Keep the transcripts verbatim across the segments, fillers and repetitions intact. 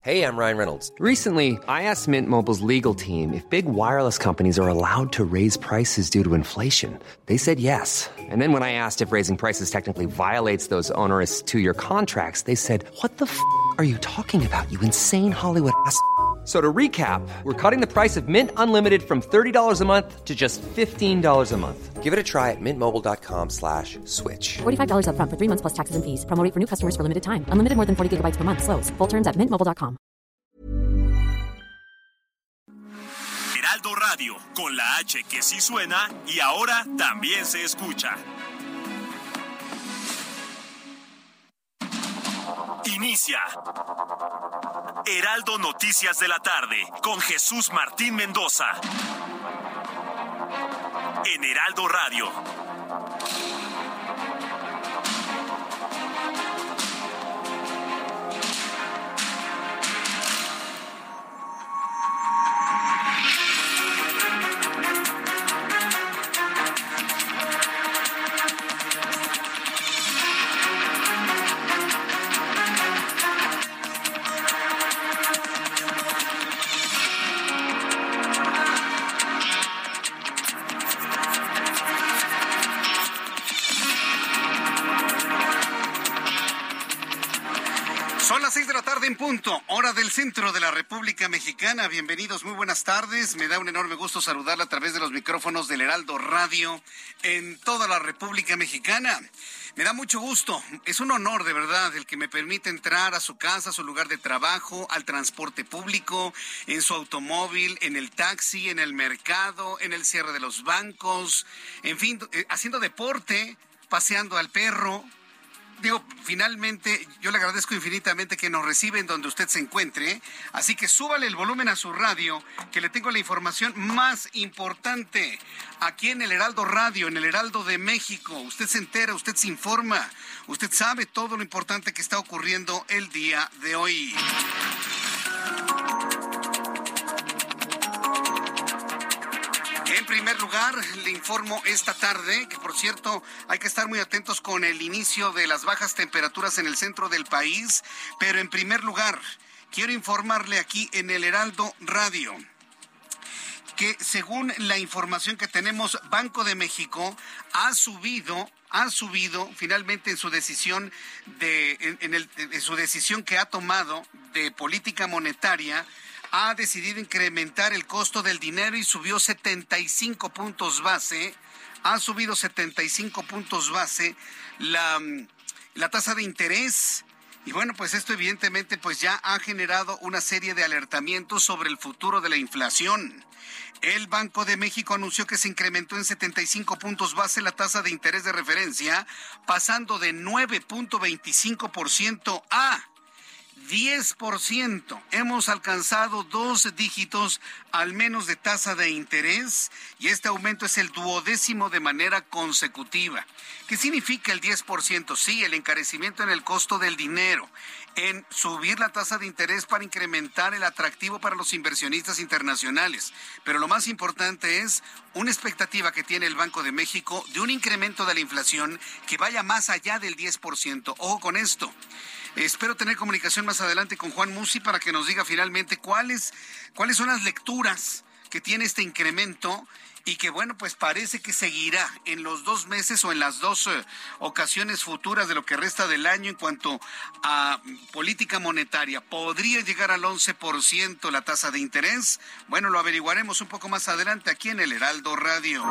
Hey, I'm Ryan Reynolds. Recently, I asked Mint Mobile's legal team if big wireless companies are allowed to raise prices due to inflation. They said yes. And then when I asked if raising prices technically violates those onerous two-year contracts, they said, what the f*** are you talking about, you insane Hollywood ass f- So to recap, we're cutting the price of Mint Unlimited from thirty dollars a month to just fifteen dollars a month. Give it a try at mintmobile.com slash switch. forty-five dollars up front for three months plus taxes and fees. Promo rate for new customers for limited time. Unlimited more than forty gigabytes per month. Slows full terms at mint mobile dot com. Heraldo Radio, con la H que sí suena y ahora también se escucha. Inicia Heraldo Noticias de la tarde con Jesús Martín Mendoza. En Heraldo Radio. Son las seis de la tarde en punto, hora del centro de la República Mexicana. Bienvenidos, muy buenas tardes. Me da un enorme gusto saludarla a través de los micrófonos del Heraldo Radio en toda la República Mexicana. Me da mucho gusto, es un honor de verdad el que me permite entrar a su casa, a su lugar de trabajo, al transporte público, en su automóvil, en el taxi, en el mercado, en el cierre de los bancos, en fin, eh, haciendo deporte, paseando al perro. Digo, finalmente, yo le agradezco infinitamente que nos reciben donde usted se encuentre, así que súbale el volumen a su radio, que le tengo la información más importante aquí en el Heraldo Radio, en el Heraldo de México. Usted se entera, usted se informa, usted sabe todo lo importante que está ocurriendo el día de hoy. En primer lugar, le informo esta tarde que, por cierto, hay que estar muy atentos con el inicio de las bajas temperaturas en el centro del país, pero en primer lugar, quiero informarle aquí en el Heraldo Radio que, según la información que tenemos, Banco de México ha subido ha subido finalmente en su decisión de en, en, el, en su decisión que ha tomado de política monetaria. Ha decidido incrementar el costo del dinero y subió setenta y cinco puntos base, ha subido setenta y cinco puntos base la, la tasa de interés. Y bueno, pues esto evidentemente pues ya ha generado una serie de alertamientos sobre el futuro de la inflación. El Banco de México anunció que se incrementó en setenta y cinco puntos base la tasa de interés de referencia, pasando de nueve punto veinticinco por ciento a diez por ciento. Hemos alcanzado dos dígitos al menos de tasa de interés y este aumento es el duodécimo de manera consecutiva. ¿Qué significa el diez por ciento? Sí, el encarecimiento en el costo del dinero, en subir la tasa de interés para incrementar el atractivo para los inversionistas internacionales. Pero lo más importante es una expectativa que tiene el Banco de México de un incremento de la inflación que vaya más allá del diez por ciento. Ojo con esto. Espero tener comunicación más adelante con Juan Musi para que nos diga finalmente cuáles, cuáles son las lecturas que tiene este incremento y que, bueno, pues parece que seguirá en los dos meses o en las dos eh, ocasiones futuras de lo que resta del año en cuanto a política monetaria. ¿Podría llegar al once por ciento la tasa de interés? Bueno, lo averiguaremos un poco más adelante aquí en el Heraldo Radio.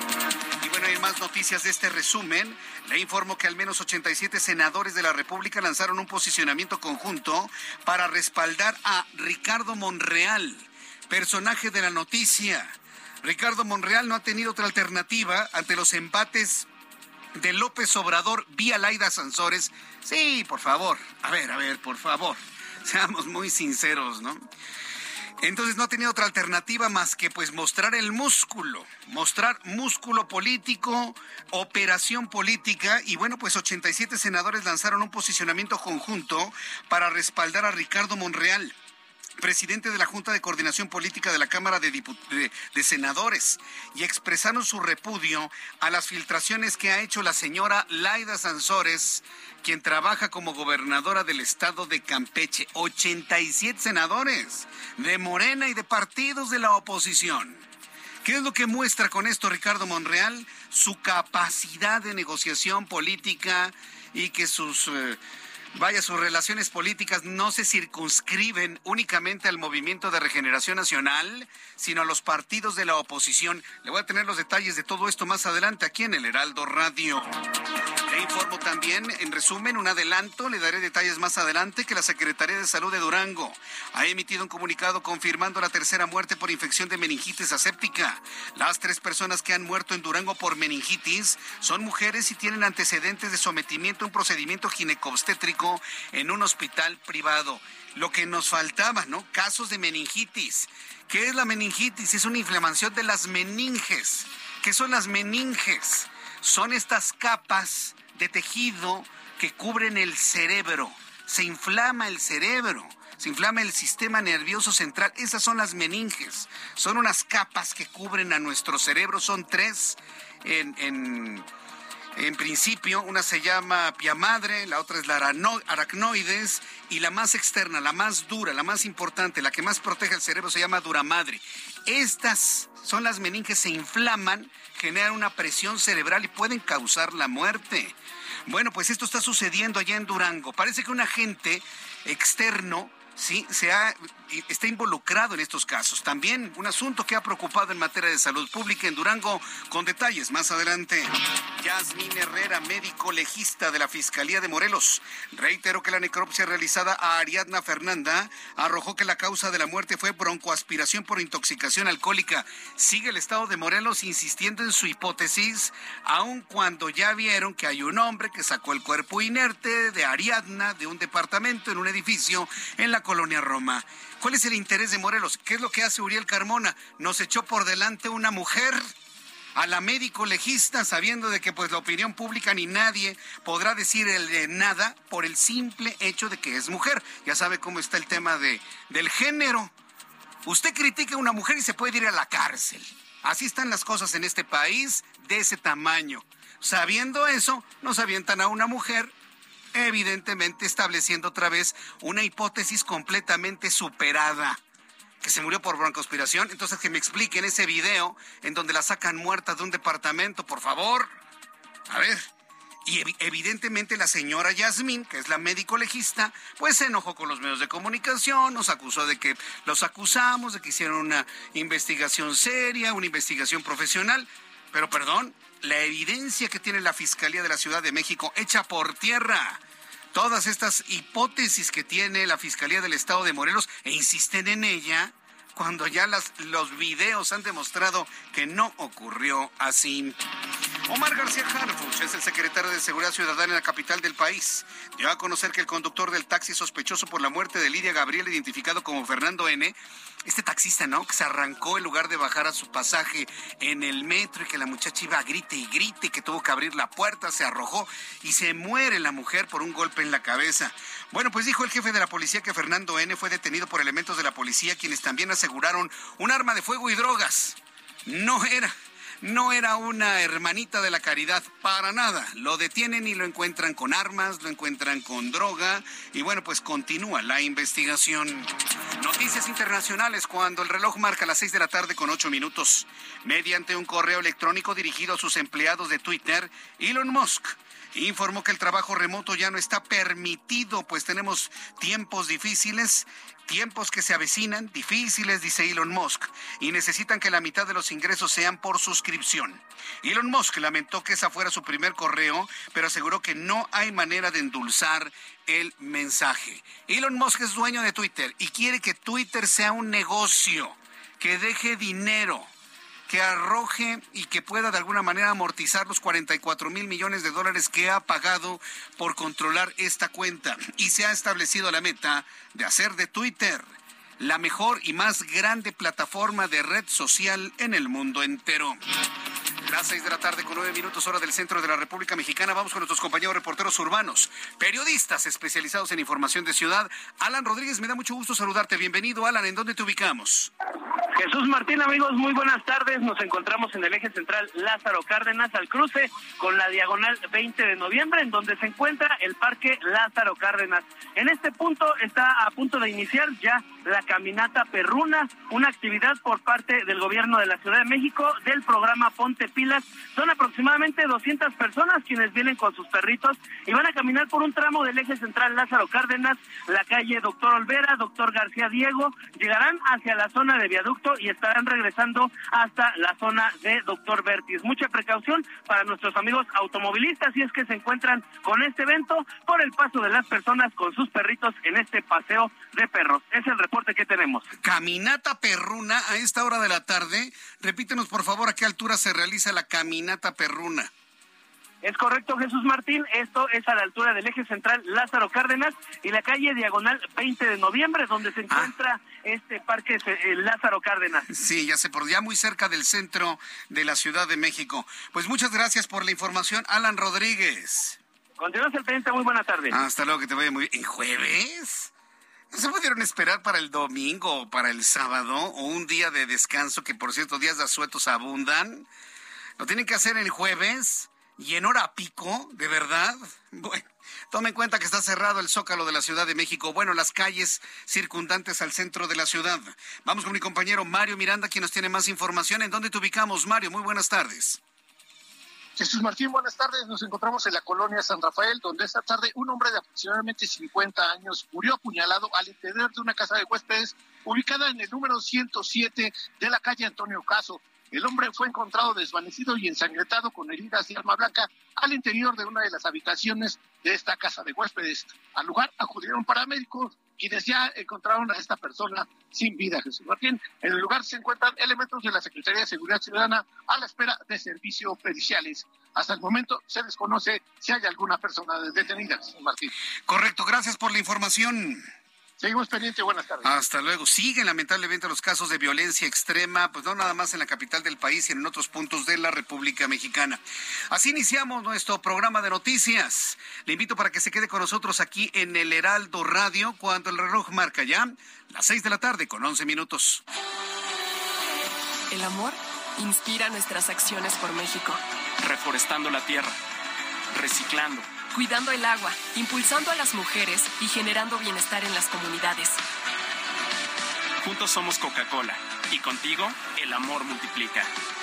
Y bueno, hay más noticias de este resumen. Le informo que al menos ochenta y siete senadores de la República lanzaron un posicionamiento conjunto para respaldar a Ricardo Monreal, personaje de la noticia. Ricardo Monreal no ha tenido otra alternativa ante los embates de López Obrador vía Laida Sansores. Sí, por favor, a ver, a ver, por favor, seamos muy sinceros, ¿no? Entonces no ha tenido otra alternativa más que pues mostrar el músculo, mostrar músculo político, operación política, y bueno, pues ochenta y siete senadores lanzaron un posicionamiento conjunto para respaldar a Ricardo Monreal, presidente de la Junta de Coordinación Política de la Cámara de, Diput- de, de Senadores, y expresaron su repudio a las filtraciones que ha hecho la señora Laida Sansores, quien trabaja como gobernadora del estado de Campeche. ochenta y siete senadores de Morena y de partidos de la oposición. ¿Qué es lo que muestra con esto Ricardo Monreal? Su capacidad de negociación política y que sus... Eh, Vaya, sus relaciones políticas no se circunscriben únicamente al Movimiento de Regeneración Nacional, sino a los partidos de la oposición. Le voy a tener los detalles de todo esto más adelante aquí en el Heraldo Radio. Le informo también, en resumen, un adelanto, le daré detalles más adelante, que la Secretaría de Salud de Durango ha emitido un comunicado confirmando la tercera muerte por infección de meningitis aséptica. Las tres personas que han muerto en Durango por meningitis son mujeres y tienen antecedentes de sometimiento a un procedimiento ginecobstétrico en un hospital privado. Lo que nos faltaba, ¿no? Casos de meningitis. ¿Qué es la meningitis? Es una inflamación de las meninges. ¿Qué son las meninges? Son estas capas de tejido que cubren el cerebro. Se inflama el cerebro, se inflama el sistema nervioso central. Esas son las meninges. Son unas capas que cubren a nuestro cerebro. Son tres en... en En principio, una se llama pia madre, la otra es la aracnoides, y la más externa, la más dura, la más importante, la que más protege el cerebro se llama dura madre. Estas son las meninges, se inflaman, generan una presión cerebral y pueden causar la muerte. Bueno, pues esto está sucediendo allá en Durango. Parece que un agente externo, sí, se ha, está involucrado en estos casos. También un asunto que ha preocupado en materia de salud pública en Durango, con detalles más adelante. Yasmín Herrera, médico legista de la Fiscalía de Morelos, reiteró que la necropsia realizada a Ariadna Fernanda arrojó que la causa de la muerte fue broncoaspiración por intoxicación alcohólica. Sigue el estado de Morelos insistiendo en su hipótesis, aun cuando ya vieron que hay un hombre que sacó el cuerpo inerte de Ariadna de un departamento en un edificio en la colonia Roma. ¿Cuál es el interés de Morelos? ¿Qué es lo que hace Uriel Carmona? Nos echó por delante una mujer a la médico legista, sabiendo de que pues la opinión pública ni nadie podrá decir el, eh, nada por el simple hecho de que es mujer. Ya sabe cómo está el tema de, del género. Usted critica a una mujer y se puede ir a la cárcel. Así están las cosas en este país de ese tamaño. Sabiendo eso, nos avientan a una mujer, evidentemente estableciendo otra vez una hipótesis completamente superada, que se murió por broncoaspiración. Entonces que me expliquen ese video en donde la sacan muerta de un departamento, por favor. A ver. Y ev- evidentemente la señora Yasmín, que es la médico legista, pues se enojó con los medios de comunicación, nos acusó de que los acusamos, de que hicieron una investigación seria, una investigación profesional. Pero perdón, la evidencia que tiene la Fiscalía de la Ciudad de México echa por tierra todas estas hipótesis que tiene la Fiscalía del Estado de Morelos, e insisten en ella cuando ya las, los videos han demostrado que no ocurrió así. Omar García Harfuch es el secretario de Seguridad Ciudadana en la capital del país. Dio a conocer que el conductor del taxi sospechoso por la muerte de Lidia Gabriel, identificado como Fernando N., este taxista, ¿no?, que se arrancó en lugar de bajar a su pasaje en el metro y que la muchacha iba a grite y grite, que tuvo que abrir la puerta, se arrojó y se muere la mujer por un golpe en la cabeza. Bueno, pues dijo el jefe de la policía que Fernando N. fue detenido por elementos de la policía, quienes también aseguraron un arma de fuego y drogas. No era... No era una hermanita de la caridad, para nada. Lo detienen y lo encuentran con armas, lo encuentran con droga y bueno, pues continúa la investigación. Noticias internacionales cuando el reloj marca las seis de la tarde con ocho minutos. Mediante un correo electrónico dirigido a sus empleados de Twitter, Elon Musk informó que el trabajo remoto ya no está permitido, pues tenemos tiempos difíciles. Tiempos que se avecinan, difíciles, dice Elon Musk, y necesitan que la mitad de los ingresos sean por suscripción. Elon Musk lamentó que esa fuera su primer correo, pero aseguró que no hay manera de endulzar el mensaje. Elon Musk es dueño de Twitter y quiere que Twitter sea un negocio, que deje dinero, que arroje y que pueda de alguna manera amortizar los cuarenta y cuatro mil millones de dólares que ha pagado por controlar esta cuenta. Y se ha establecido la meta de hacer de Twitter la mejor y más grande plataforma de red social en el mundo entero. Las seis de la tarde con nueve minutos hora del centro de la República Mexicana. Vamos con nuestros compañeros reporteros urbanos, periodistas especializados en información de ciudad. Alan Rodríguez, me da mucho gusto saludarte. Bienvenido, Alan. ¿En dónde te ubicamos? Jesús Martín, amigos, muy buenas tardes. Nos encontramos en el eje central Lázaro Cárdenas, al cruce con la diagonal veinte de noviembre, en donde se encuentra el Parque Lázaro Cárdenas. En este punto está a punto de iniciar ya la caminata perruna, una actividad por parte del gobierno de la Ciudad de México del programa Ponte Pilas. Son aproximadamente doscientas personas quienes vienen con sus perritos y van a caminar por un tramo del eje central Lázaro Cárdenas, la calle Doctor Olvera, Doctor García Diego, llegarán hacia la zona de viaducto y estarán regresando hasta la zona de Doctor Vertis. Mucha precaución para nuestros amigos automovilistas si es que se encuentran con este evento por el paso de las personas con sus perritos en este paseo de perros. Es el reporte que tenemos. Caminata perruna a esta hora de la tarde. Repítenos, por favor, a qué altura se realiza la caminata perruna. Es correcto, Jesús Martín, esto es a la altura del eje central Lázaro Cárdenas y la calle diagonal veinte de noviembre, donde se encuentra ah. este parque eh, Lázaro Cárdenas. Sí, ya sé, por ya muy cerca del centro de la Ciudad de México. Pues muchas gracias por la información, Alan Rodríguez. Continúas el pendiente, muy buena tarde. Hasta luego, que te vaya muy bien. ¿En jueves? ¿No se pudieron esperar para el domingo o para el sábado o un día de descanso, que por cierto días de asuetos abundan? ¿Lo tienen que hacer el jueves? ¿Y en hora pico? ¿De verdad? Bueno, tome en cuenta que está cerrado el Zócalo de la Ciudad de México. Bueno, las calles circundantes al centro de la ciudad. Vamos con mi compañero Mario Miranda, quien nos tiene más información. ¿En dónde te ubicamos, Mario? Muy buenas tardes. Jesús Martín, buenas tardes. Nos encontramos en la colonia San Rafael, donde esta tarde un hombre de aproximadamente cincuenta años murió apuñalado al interior de una casa de huéspedes ubicada en el número ciento siete de la calle Antonio Caso. El hombre fue encontrado desvanecido y ensangrentado con heridas de arma blanca al interior de una de las habitaciones de esta casa de huéspedes. Al lugar acudieron paramédicos, quienes ya encontraron a esta persona sin vida, Jesús Martín. En el lugar se encuentran elementos de la Secretaría de Seguridad Ciudadana a la espera de servicios periciales. Hasta el momento se desconoce si hay alguna persona detenida, Jesús Martín. Correcto, gracias por la información. Seguimos pendientes, buenas tardes. Hasta luego. Siguen lamentablemente los casos de violencia extrema, pues no nada más en la capital del país, sino en otros puntos de la República Mexicana. Así iniciamos nuestro programa de noticias. Le invito para que se quede con nosotros aquí en el Heraldo Radio, cuando el reloj marca ya las seis de la tarde con once minutos. El amor inspira nuestras acciones por México. Reforestando la tierra, reciclando, cuidando el agua, impulsando a las mujeres y generando bienestar en las comunidades. Juntos somos Coca-Cola y contigo el amor multiplica.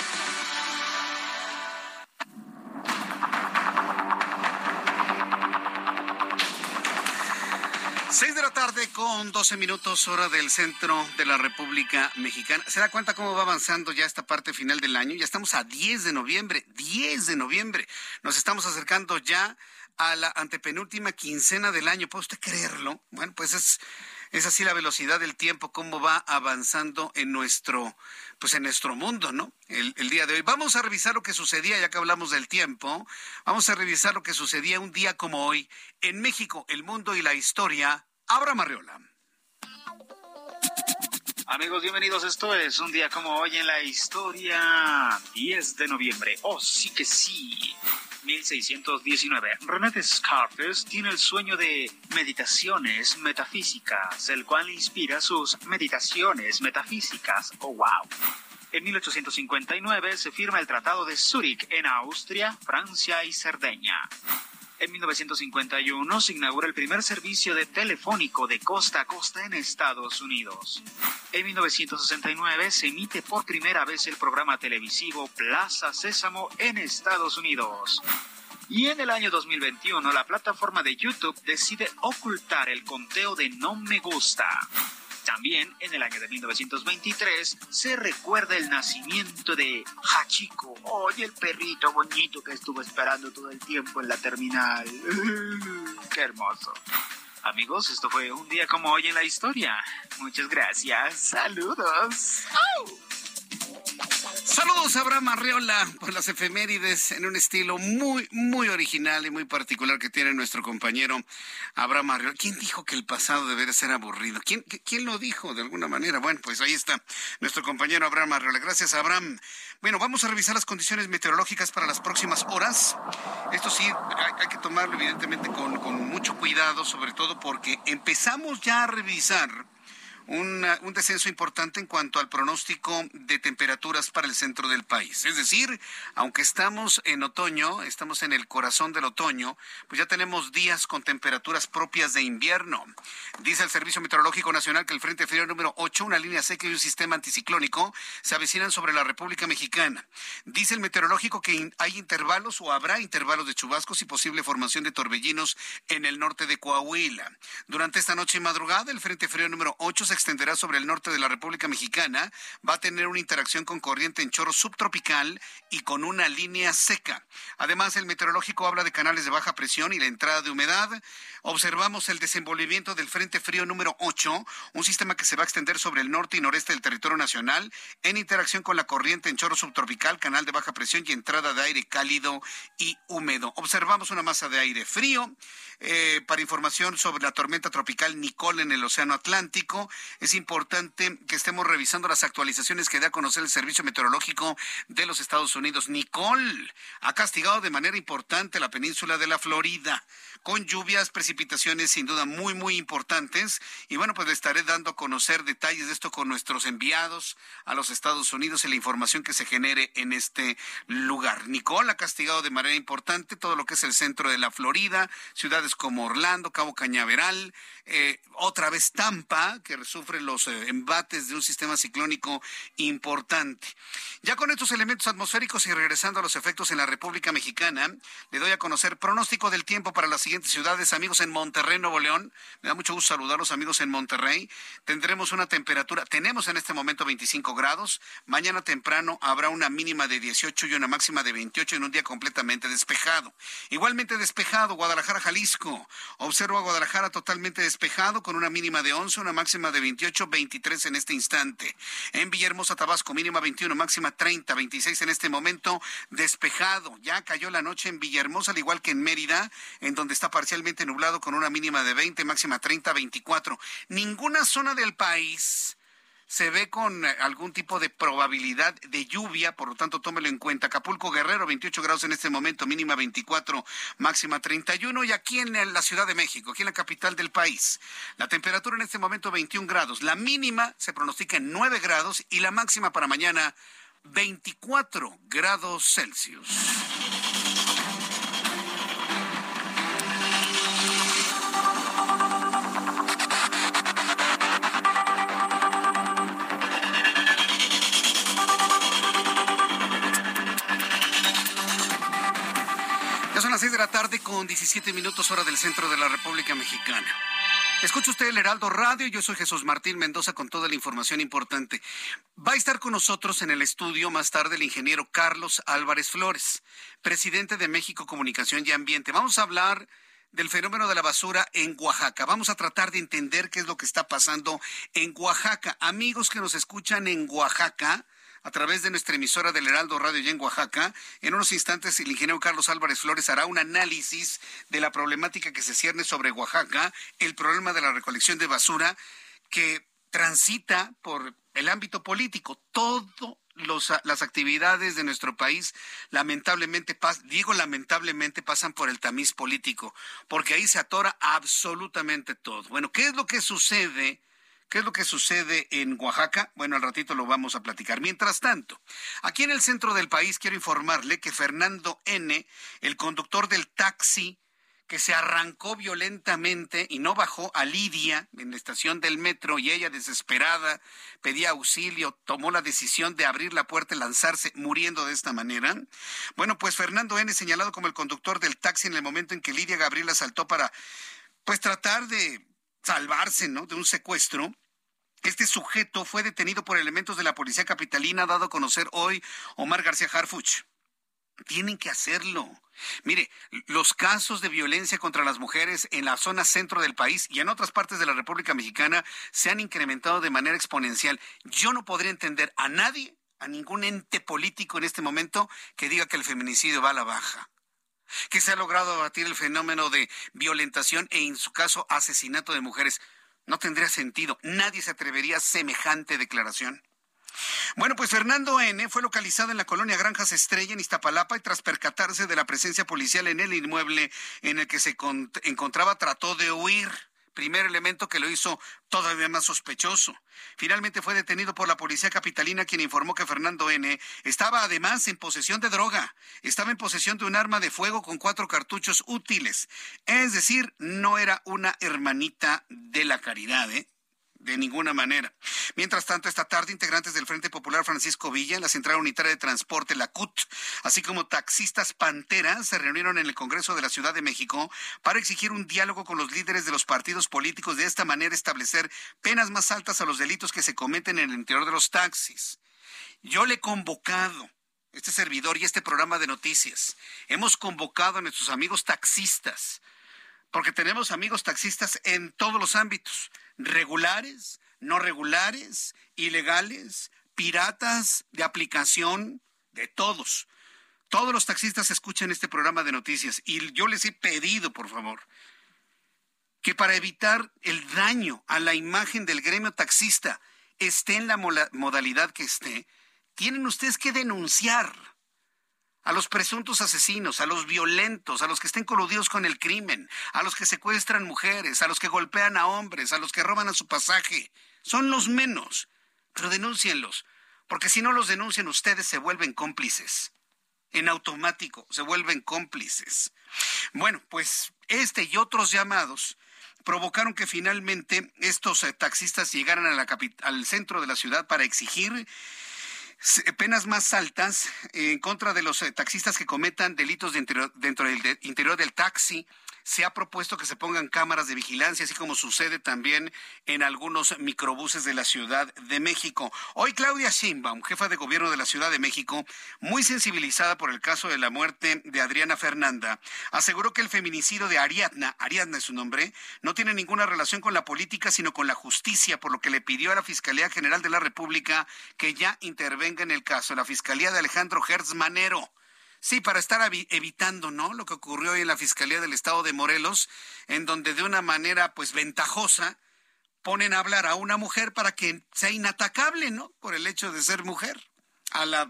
Seis de la tarde con doce minutos, hora del centro de la República Mexicana. ¿Se da cuenta cómo va avanzando ya esta parte final del año? Ya estamos a diez de noviembre, diez de noviembre. Nos estamos acercando ya a la antepenúltima quincena del año. ¿Puede usted creerlo? Bueno, pues es, es así la velocidad del tiempo, cómo va avanzando en nuestro, pues en nuestro mundo, ¿no? El, el día de hoy. Vamos a revisar lo que sucedía, ya que hablamos del tiempo. Vamos a revisar lo que sucedía un día como hoy en México, el mundo y la historia. Abraham Arreola. Amigos, bienvenidos. Esto es un día como hoy en la historia. diez de noviembre. Oh, sí que sí. mil seiscientos diecinueve. René Descartes tiene el sueño de meditaciones metafísicas, el cual inspira sus meditaciones metafísicas. Oh, wow. En mil ochocientos cincuenta y nueve se firma el Tratado de Zúrich en Austria, Francia y Cerdeña. En mil novecientos cincuenta y uno se inaugura el primer servicio de telefónico de costa a costa en Estados Unidos. En mil novecientos sesenta y nueve se emite por primera vez el programa televisivo Plaza Sésamo en Estados Unidos. Y en el año dos mil veintiuno la plataforma de YouTube decide ocultar el conteo de no me gusta. También en el año de mil novecientos veintitrés se recuerda el nacimiento de Hachiko. ¡Oye, el perrito bonito que estuvo esperando todo el tiempo en la terminal! ¡Qué hermoso! Amigos, esto fue un día como hoy en la historia. Muchas gracias. ¡Saludos! ¡Oh! Saludos a Abraham Arreola por las efemérides en un estilo muy, muy original y muy particular que tiene nuestro compañero Abraham Arreola. ¿Quién dijo que el pasado debe ser aburrido? ¿Quién, ¿Quién lo dijo de alguna manera? Bueno, pues ahí está nuestro compañero Abraham Arreola. Gracias, Abraham. Bueno, vamos a revisar las condiciones meteorológicas para las próximas horas. Esto sí, hay, hay que tomarlo evidentemente con, con mucho cuidado, sobre todo porque empezamos ya a revisar Una, un descenso importante en cuanto al pronóstico de temperaturas para el centro del país. Es decir, aunque estamos en otoño, estamos en el corazón del otoño, pues ya tenemos días con temperaturas propias de invierno. Dice el Servicio Meteorológico Nacional que el Frente Frío número ocho, una línea seca y un sistema anticiclónico se avecinan sobre la República Mexicana. Dice el meteorológico que hay intervalos o habrá intervalos de chubascos y posible formación de torbellinos en el norte de Coahuila. Durante esta noche y madrugada, el Frente Frío número ocho se extenderá sobre el norte de la República Mexicana, va a tener una interacción con corriente en chorro subtropical y con una línea seca. Además, el meteorológico habla de canales de baja presión y la entrada de humedad. Observamos el desenvolvimiento del Frente Frío número ocho, un sistema que se va a extender sobre el norte y noreste del territorio nacional en interacción con la corriente en chorro subtropical, canal de baja presión y entrada de aire cálido y húmedo. Observamos una masa de aire frío. Eh, para información sobre la tormenta tropical Nicole en el Océano Atlántico, es importante que estemos revisando las actualizaciones que da a conocer el Servicio Meteorológico de los Estados Unidos. Nicole ha castigado de manera importante la península de la Florida, con lluvias, precipitaciones sin duda muy, muy importantes. Y bueno, pues le estaré dando a conocer detalles de esto con nuestros enviados a los Estados Unidos y la información que se genere en este lugar. Nicole ha castigado de manera importante todo lo que es el centro de la Florida, ciudades como Orlando, Cabo Cañaveral, eh, otra vez Tampa, que sufre los eh, embates de un sistema ciclónico importante. Ya con estos elementos atmosféricos y regresando a los efectos en la República Mexicana, le doy a conocer pronóstico del tiempo para las siguientes ciudades. Amigos en Monterrey, Nuevo León, me da mucho gusto saludar a los amigos en Monterrey. Tendremos una temperatura, tenemos en este momento veinticinco grados, mañana temprano habrá una mínima de dieciocho y una máxima de veintiocho en un día completamente despejado. Igualmente despejado, Guadalajara, Jalisco. Observo a Guadalajara totalmente despejado con una mínima de once, una máxima de veintiocho, veintitrés en este instante. En Villahermosa, Tabasco, mínima veintiuno, máxima treinta, veintiséis en este momento despejado. Ya cayó la noche en Villahermosa, al igual que en Mérida, en donde está parcialmente nublado con una mínima de veinte, máxima treinta, veinticuatro. Ninguna zona del país se ve con algún tipo de probabilidad de lluvia, por lo tanto tómelo en cuenta. Acapulco, Guerrero, veintiocho grados en este momento, mínima veinticuatro, máxima treinta y uno, y aquí en la Ciudad de México, aquí en la capital del país, la temperatura en este momento veintiún grados, la mínima se pronostica en nueve grados y la máxima para mañana veinticuatro grados Celsius. Ya son las seis de la tarde con diecisiete minutos hora del centro de la República Mexicana. Escucha usted el Heraldo Radio, yo soy Jesús Martín Mendoza con toda la información importante. Va a estar con nosotros en el estudio más tarde el ingeniero Carlos Álvarez Flores, presidente de México Comunicación y Ambiente. Vamos a hablar del fenómeno de la basura en Oaxaca. Vamos a tratar de entender qué es lo que está pasando en Oaxaca. Amigos que nos escuchan en Oaxaca, a través de nuestra emisora del Heraldo Radio ya en Oaxaca, en unos instantes el ingeniero Carlos Álvarez Flores hará un análisis de la problemática que se cierne sobre Oaxaca, el problema de la recolección de basura que transita por el ámbito político. Todo Los, las actividades de nuestro país lamentablemente, pas, digo lamentablemente, pasan por el tamiz político, porque ahí se atora absolutamente todo. Bueno, ¿qué es lo que sucede? ¿Qué es lo que sucede en Oaxaca? Bueno, al ratito lo vamos a platicar. Mientras tanto, aquí en el centro del país quiero informarle que Fernando N., el conductor del taxi que se arrancó violentamente y no bajó a Lidia en la estación del metro, y ella, desesperada, pedía auxilio, tomó la decisión de abrir la puerta y lanzarse muriendo de esta manera. Bueno, pues Fernando N., señalado como el conductor del taxi en el momento en que Lidia Gabriela saltó para pues tratar de salvarse, ¿no?, de un secuestro. Este sujeto fue detenido por elementos de la policía capitalina, dado a conocer hoy Omar García Harfuch. Tienen que hacerlo. Mire, los casos de violencia contra las mujeres en la zona centro del país y en otras partes de la República Mexicana se han incrementado de manera exponencial. Yo no podría entender a nadie, a ningún ente político en este momento que diga que el feminicidio va a la baja, que se ha logrado abatir el fenómeno de violentación e, en su caso, asesinato de mujeres. No tendría sentido. Nadie se atrevería a semejante declaración. Bueno, pues Fernando N. fue localizado en la colonia Granjas Estrella, en Iztapalapa, y tras percatarse de la presencia policial en el inmueble en el que se encontraba, trató de huir. Primer elemento que lo hizo todavía más sospechoso. Finalmente fue detenido por la policía capitalina, quien informó que Fernando N. estaba además en posesión de droga. Estaba en posesión de un arma de fuego con cuatro cartuchos útiles. Es decir, no era una hermanita de la caridad, ¿eh? De ninguna manera. Mientras tanto, esta tarde, integrantes del Frente Popular Francisco Villa, en la Central Unitaria de Transporte, la C U T, así como taxistas Panteras, se reunieron en el Congreso de la Ciudad de México para exigir un diálogo con los líderes de los partidos políticos, de esta manera establecer penas más altas a los delitos que se cometen en el interior de los taxis. Yo le he convocado, este servidor y este programa de noticias, hemos convocado a nuestros amigos taxistas, porque tenemos amigos taxistas en todos los ámbitos, regulares, no regulares, ilegales, piratas, de aplicación, de todos. Todos los taxistas escuchan este programa de noticias y yo les he pedido, por favor, que para evitar el daño a la imagen del gremio taxista, esté en la modalidad que esté, tienen ustedes que denunciar a los presuntos asesinos, a los violentos, a los que estén coludidos con el crimen, a los que secuestran mujeres, a los que golpean a hombres, a los que roban a su pasaje. Son los menos, pero denúncienlos, porque si no los denuncian ustedes se vuelven cómplices. En automático se vuelven cómplices. Bueno, pues este y otros llamados provocaron que finalmente estos eh, taxistas llegaran a la capi- al centro de la ciudad para exigir penas más altas en contra de los taxistas que cometan delitos dentro, dentro del de, interior del taxi. Se ha propuesto que se pongan cámaras de vigilancia, así como sucede también en algunos microbuses de la Ciudad de México. Hoy Claudia Sheinbaum, jefa de gobierno de la Ciudad de México, muy sensibilizada por el caso de la muerte de Adriana Fernanda, aseguró que el feminicidio de Ariadna, Ariadna es su nombre, no tiene ninguna relación con la política, sino con la justicia, por lo que le pidió a la Fiscalía General de la República que ya intervenga en el caso. La Fiscalía de Alejandro Gertz Manero. Sí, para estar evitando, ¿no?, lo que ocurrió hoy en la Fiscalía del Estado de Morelos, en donde de una manera, pues, ventajosa, ponen a hablar a una mujer para que sea inatacable, ¿no?, por el hecho de ser mujer, a la,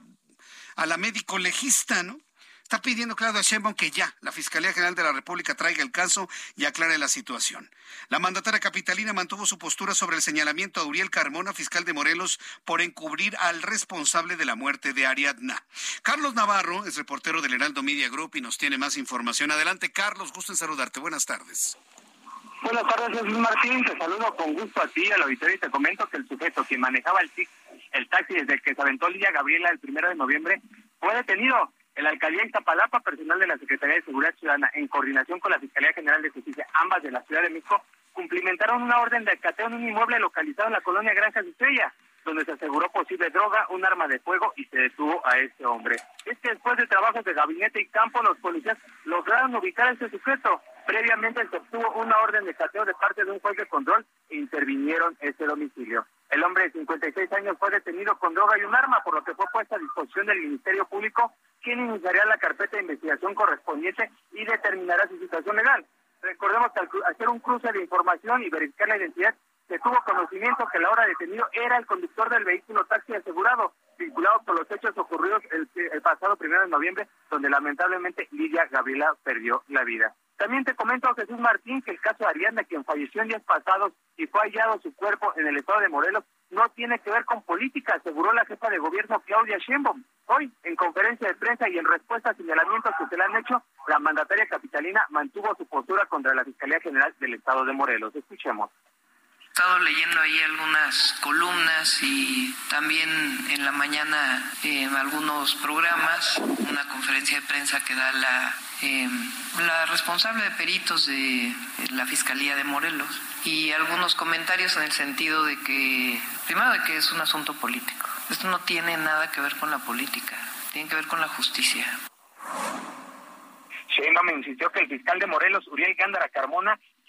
a la médico legista, ¿no? Está pidiendo Claudia Sheinbaum que ya la Fiscalía General de la República traiga el caso y aclare la situación. La mandataria capitalina mantuvo su postura sobre el señalamiento a Uriel Carmona, fiscal de Morelos, por encubrir al responsable de la muerte de Ariadna. Carlos Navarro es reportero del Heraldo Media Group y nos tiene más información. Adelante, Carlos, gusto en saludarte. Buenas tardes. Buenas tardes, Jesús Martín. Te saludo con gusto a ti, al auditorio, y te comento que el sujeto quien manejaba el, el taxi desde que se aventó Lidia Gabriela el primero de noviembre fue detenido. En la alcaldía de Iztapalapa, personal de la Secretaría de Seguridad Ciudadana, en coordinación con la Fiscalía General de Justicia, ambas de la Ciudad de México, cumplimentaron una orden de cateo en un inmueble localizado en la colonia Granjas Estrella, donde se aseguró posible droga, un arma de fuego y se detuvo a este hombre. Es que después de trabajos de gabinete y campo, los policías lograron ubicar a este sujeto. Previamente se obtuvo una orden de cateo de parte de un juez de control e intervinieron este domicilio. El hombre de cincuenta y seis años fue detenido con droga y un arma, por lo que fue puesta a disposición del Ministerio Público, quien iniciaría la carpeta de investigación correspondiente y determinará su situación legal. Recordemos que al hacer un cruce de información y verificar la identidad, se tuvo conocimiento que la hora detenido era el conductor del vehículo taxi asegurado, vinculado con los hechos ocurridos el, el pasado primero de noviembre, donde lamentablemente Lidia Gabriela perdió la vida. También te comento, Jesús Martín, que el caso de Ariadna, quien falleció en días pasados y fue hallado su cuerpo en el estado de Morelos, no tiene que ver con política, aseguró la jefa de gobierno Claudia Sheinbaum. Hoy, en conferencia de prensa y en respuesta a señalamientos que se le han hecho, la mandataria capitalina mantuvo su postura contra la Fiscalía General del estado de Morelos. Escuchemos. He estado leyendo ahí algunas columnas y también en la mañana eh, algunos programas, una conferencia de prensa que da la, eh, la responsable de peritos de la Fiscalía de Morelos y algunos comentarios en el sentido de que, primero de que es un asunto político. Esto no tiene nada que ver con la política, tiene que ver con la justicia. Sheinbaum insistió que el fiscal de Morelos, Uriel Gándara Carmona,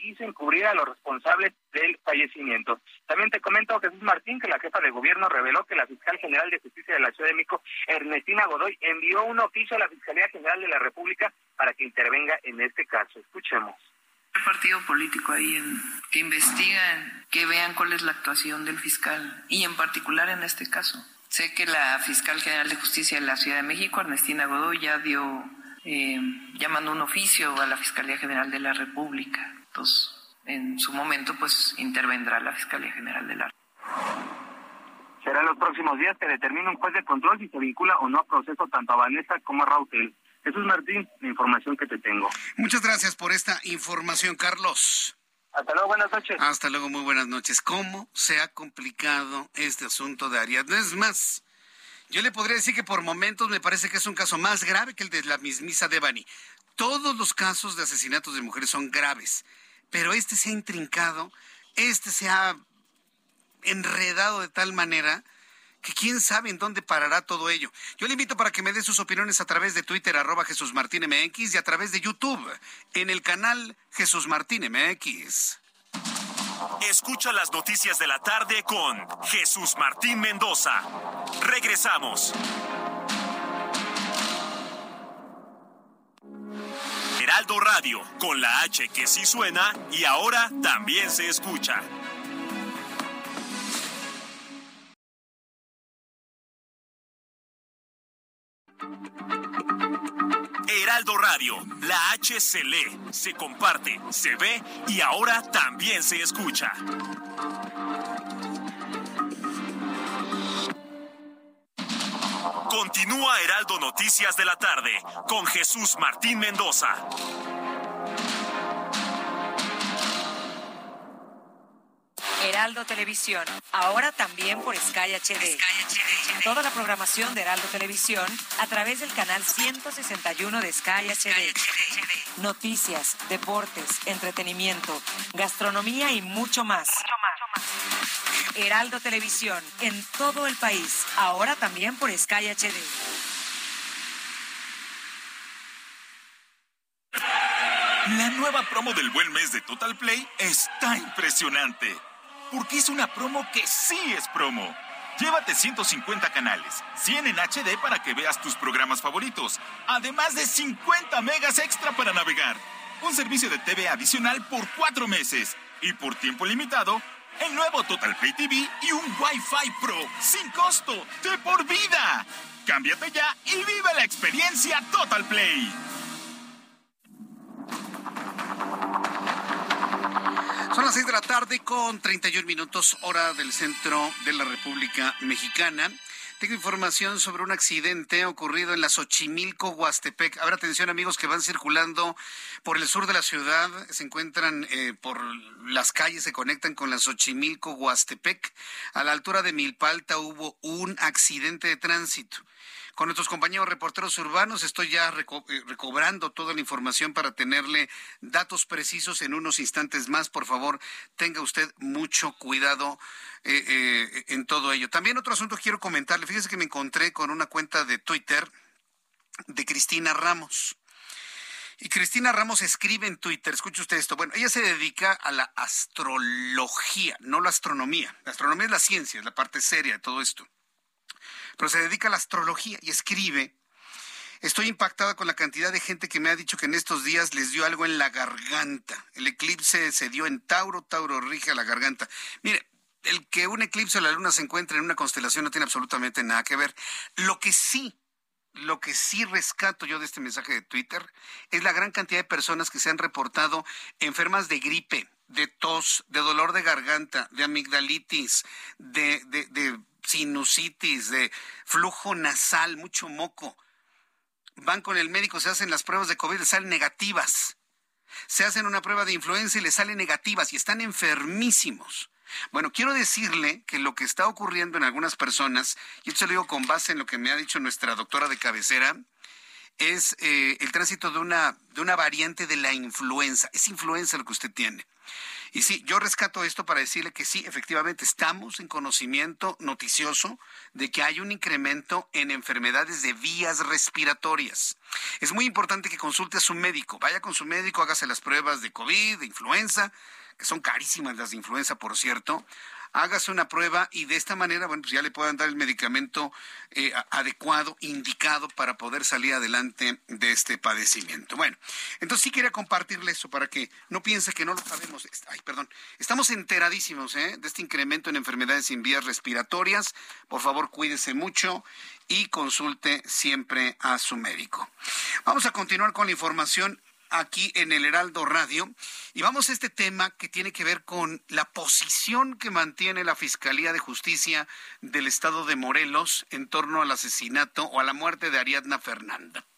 quiso encubrir a los responsables del fallecimiento. También te comento, Jesús Martín, que la jefa de gobierno reveló que la fiscal general de justicia de la Ciudad de México, Ernestina Godoy, envió un oficio a la Fiscalía General de la República para que intervenga en este caso. Escuchemos. El partido político ahí en, que investigan, que vean cuál es la actuación del fiscal y en particular en este caso. Sé que la fiscal general de justicia de la Ciudad de México, Ernestina Godoy, ya dio, eh, ya mandó un oficio a la Fiscalía General de la República. Entonces, en su momento, pues intervendrá la Fiscalía General de la República. Será en los próximos días que determine un juez de control si se vincula o no a proceso tanto a Vanessa como a Rautel. Jesús Martín, la información que te tengo. Muchas gracias por esta información, Carlos. Hasta luego, buenas noches. Hasta luego, muy buenas noches. ¿Cómo se ha complicado este asunto de Ariadna? Es más, yo le podría decir que por momentos me parece que es un caso más grave que el de la mismisa Devani. Todos los casos de asesinatos de mujeres son graves, pero este se ha intrincado, este se ha enredado de tal manera que quién sabe en dónde parará todo ello. Yo le invito para que me dé sus opiniones a través de Twitter, arroba Jesús Martín M X, y a través de YouTube, en el canal Jesús Martín M X. Escucha las noticias de la tarde con Jesús Martín Mendoza. Regresamos. Heraldo Radio, con la H que sí suena y ahora también se escucha. Heraldo Radio, la H se lee, se comparte, se ve y ahora también se escucha. Continúa Heraldo Noticias de la tarde con Jesús Martín Mendoza. Heraldo Televisión, ahora también por Sky H D. Toda la programación de Heraldo Televisión a través del canal ciento sesenta y uno de Sky H D. Noticias, deportes, entretenimiento, gastronomía y mucho más. Heraldo Televisión, en todo el país, ahora también por Sky H D. La nueva promo del Buen Mes de Total Play está impresionante. Porque es una promo que sí es promo. Llévate ciento cincuenta canales, cien en H D para que veas tus programas favoritos, además de cincuenta megas extra para navegar, un servicio de T V adicional por cuatro meses y por tiempo limitado, el nuevo Total Play T V y un Wi-Fi Pro sin costo de por vida. Cámbiate ya y vive la experiencia Total Play. Son las seis de la tarde con treinta y un minutos, hora del centro de la República Mexicana. Tengo información sobre un accidente ocurrido en la Xochimilco, Huastepec. Habrá atención, amigos, que van circulando por el sur de la ciudad. Se encuentran eh, por las calles, se conectan con la Xochimilco, Huastepec. A la altura de Milpalta hubo un accidente de tránsito. Con nuestros compañeros reporteros urbanos estoy ya reco- recobrando toda la información para tenerle datos precisos en unos instantes más. Por favor, tenga usted mucho cuidado eh, eh, en todo ello. También otro asunto que quiero comentarle. Fíjese que me encontré con una cuenta de Twitter de Cristina Ramos. Y Cristina Ramos escribe en Twitter, escuche usted esto, bueno, ella se dedica a la astrología, no la astronomía. La astronomía es la ciencia, es la parte seria de todo esto. Pero se dedica a la astrología y escribe: estoy impactada con la cantidad de gente que me ha dicho que en estos días les dio algo en la garganta. El eclipse se dio en Tauro, Tauro rige a la garganta. Mire, el que un eclipse o la luna se encuentre en una constelación no tiene absolutamente nada que ver. Lo que sí, lo que sí rescato yo de este mensaje de Twitter es la gran cantidad de personas que se han reportado enfermas de gripe, de tos, de dolor de garganta, de amigdalitis, de... de, de sinusitis, de flujo nasal, mucho moco. Van con el médico, se hacen las pruebas de COVID, les salen negativas. Se hacen una prueba de influenza y les salen negativas y están enfermísimos. Bueno, quiero decirle que lo que está ocurriendo en algunas personas, y esto lo digo con base en lo que me ha dicho nuestra doctora de cabecera, es eh, el tránsito de una, de una variante de la influenza. Es influenza lo que usted tiene. Y sí, yo rescato esto para decirle que sí, efectivamente, estamos en conocimiento noticioso de que hay un incremento en enfermedades de vías respiratorias. Es muy importante que consulte a su médico. Vaya con su médico, hágase las pruebas de COVID, de influenza, que son carísimas las de influenza, por cierto. Hágase una prueba y de esta manera, bueno, pues ya le puedan dar el medicamento eh, adecuado, indicado para poder salir adelante de este padecimiento. Bueno, entonces sí quería compartirle eso para que no piense que no lo sabemos. Ay, perdón. Estamos enteradísimos ¿eh? de este incremento en enfermedades en vías respiratorias. Por favor, cuídese mucho y consulte siempre a su médico. Vamos a continuar con la información aquí en el Heraldo Radio y vamos a este tema que tiene que ver con la posición que mantiene la Fiscalía de Justicia del Estado de Morelos en torno al asesinato o a la muerte de Ariadna Fernanda.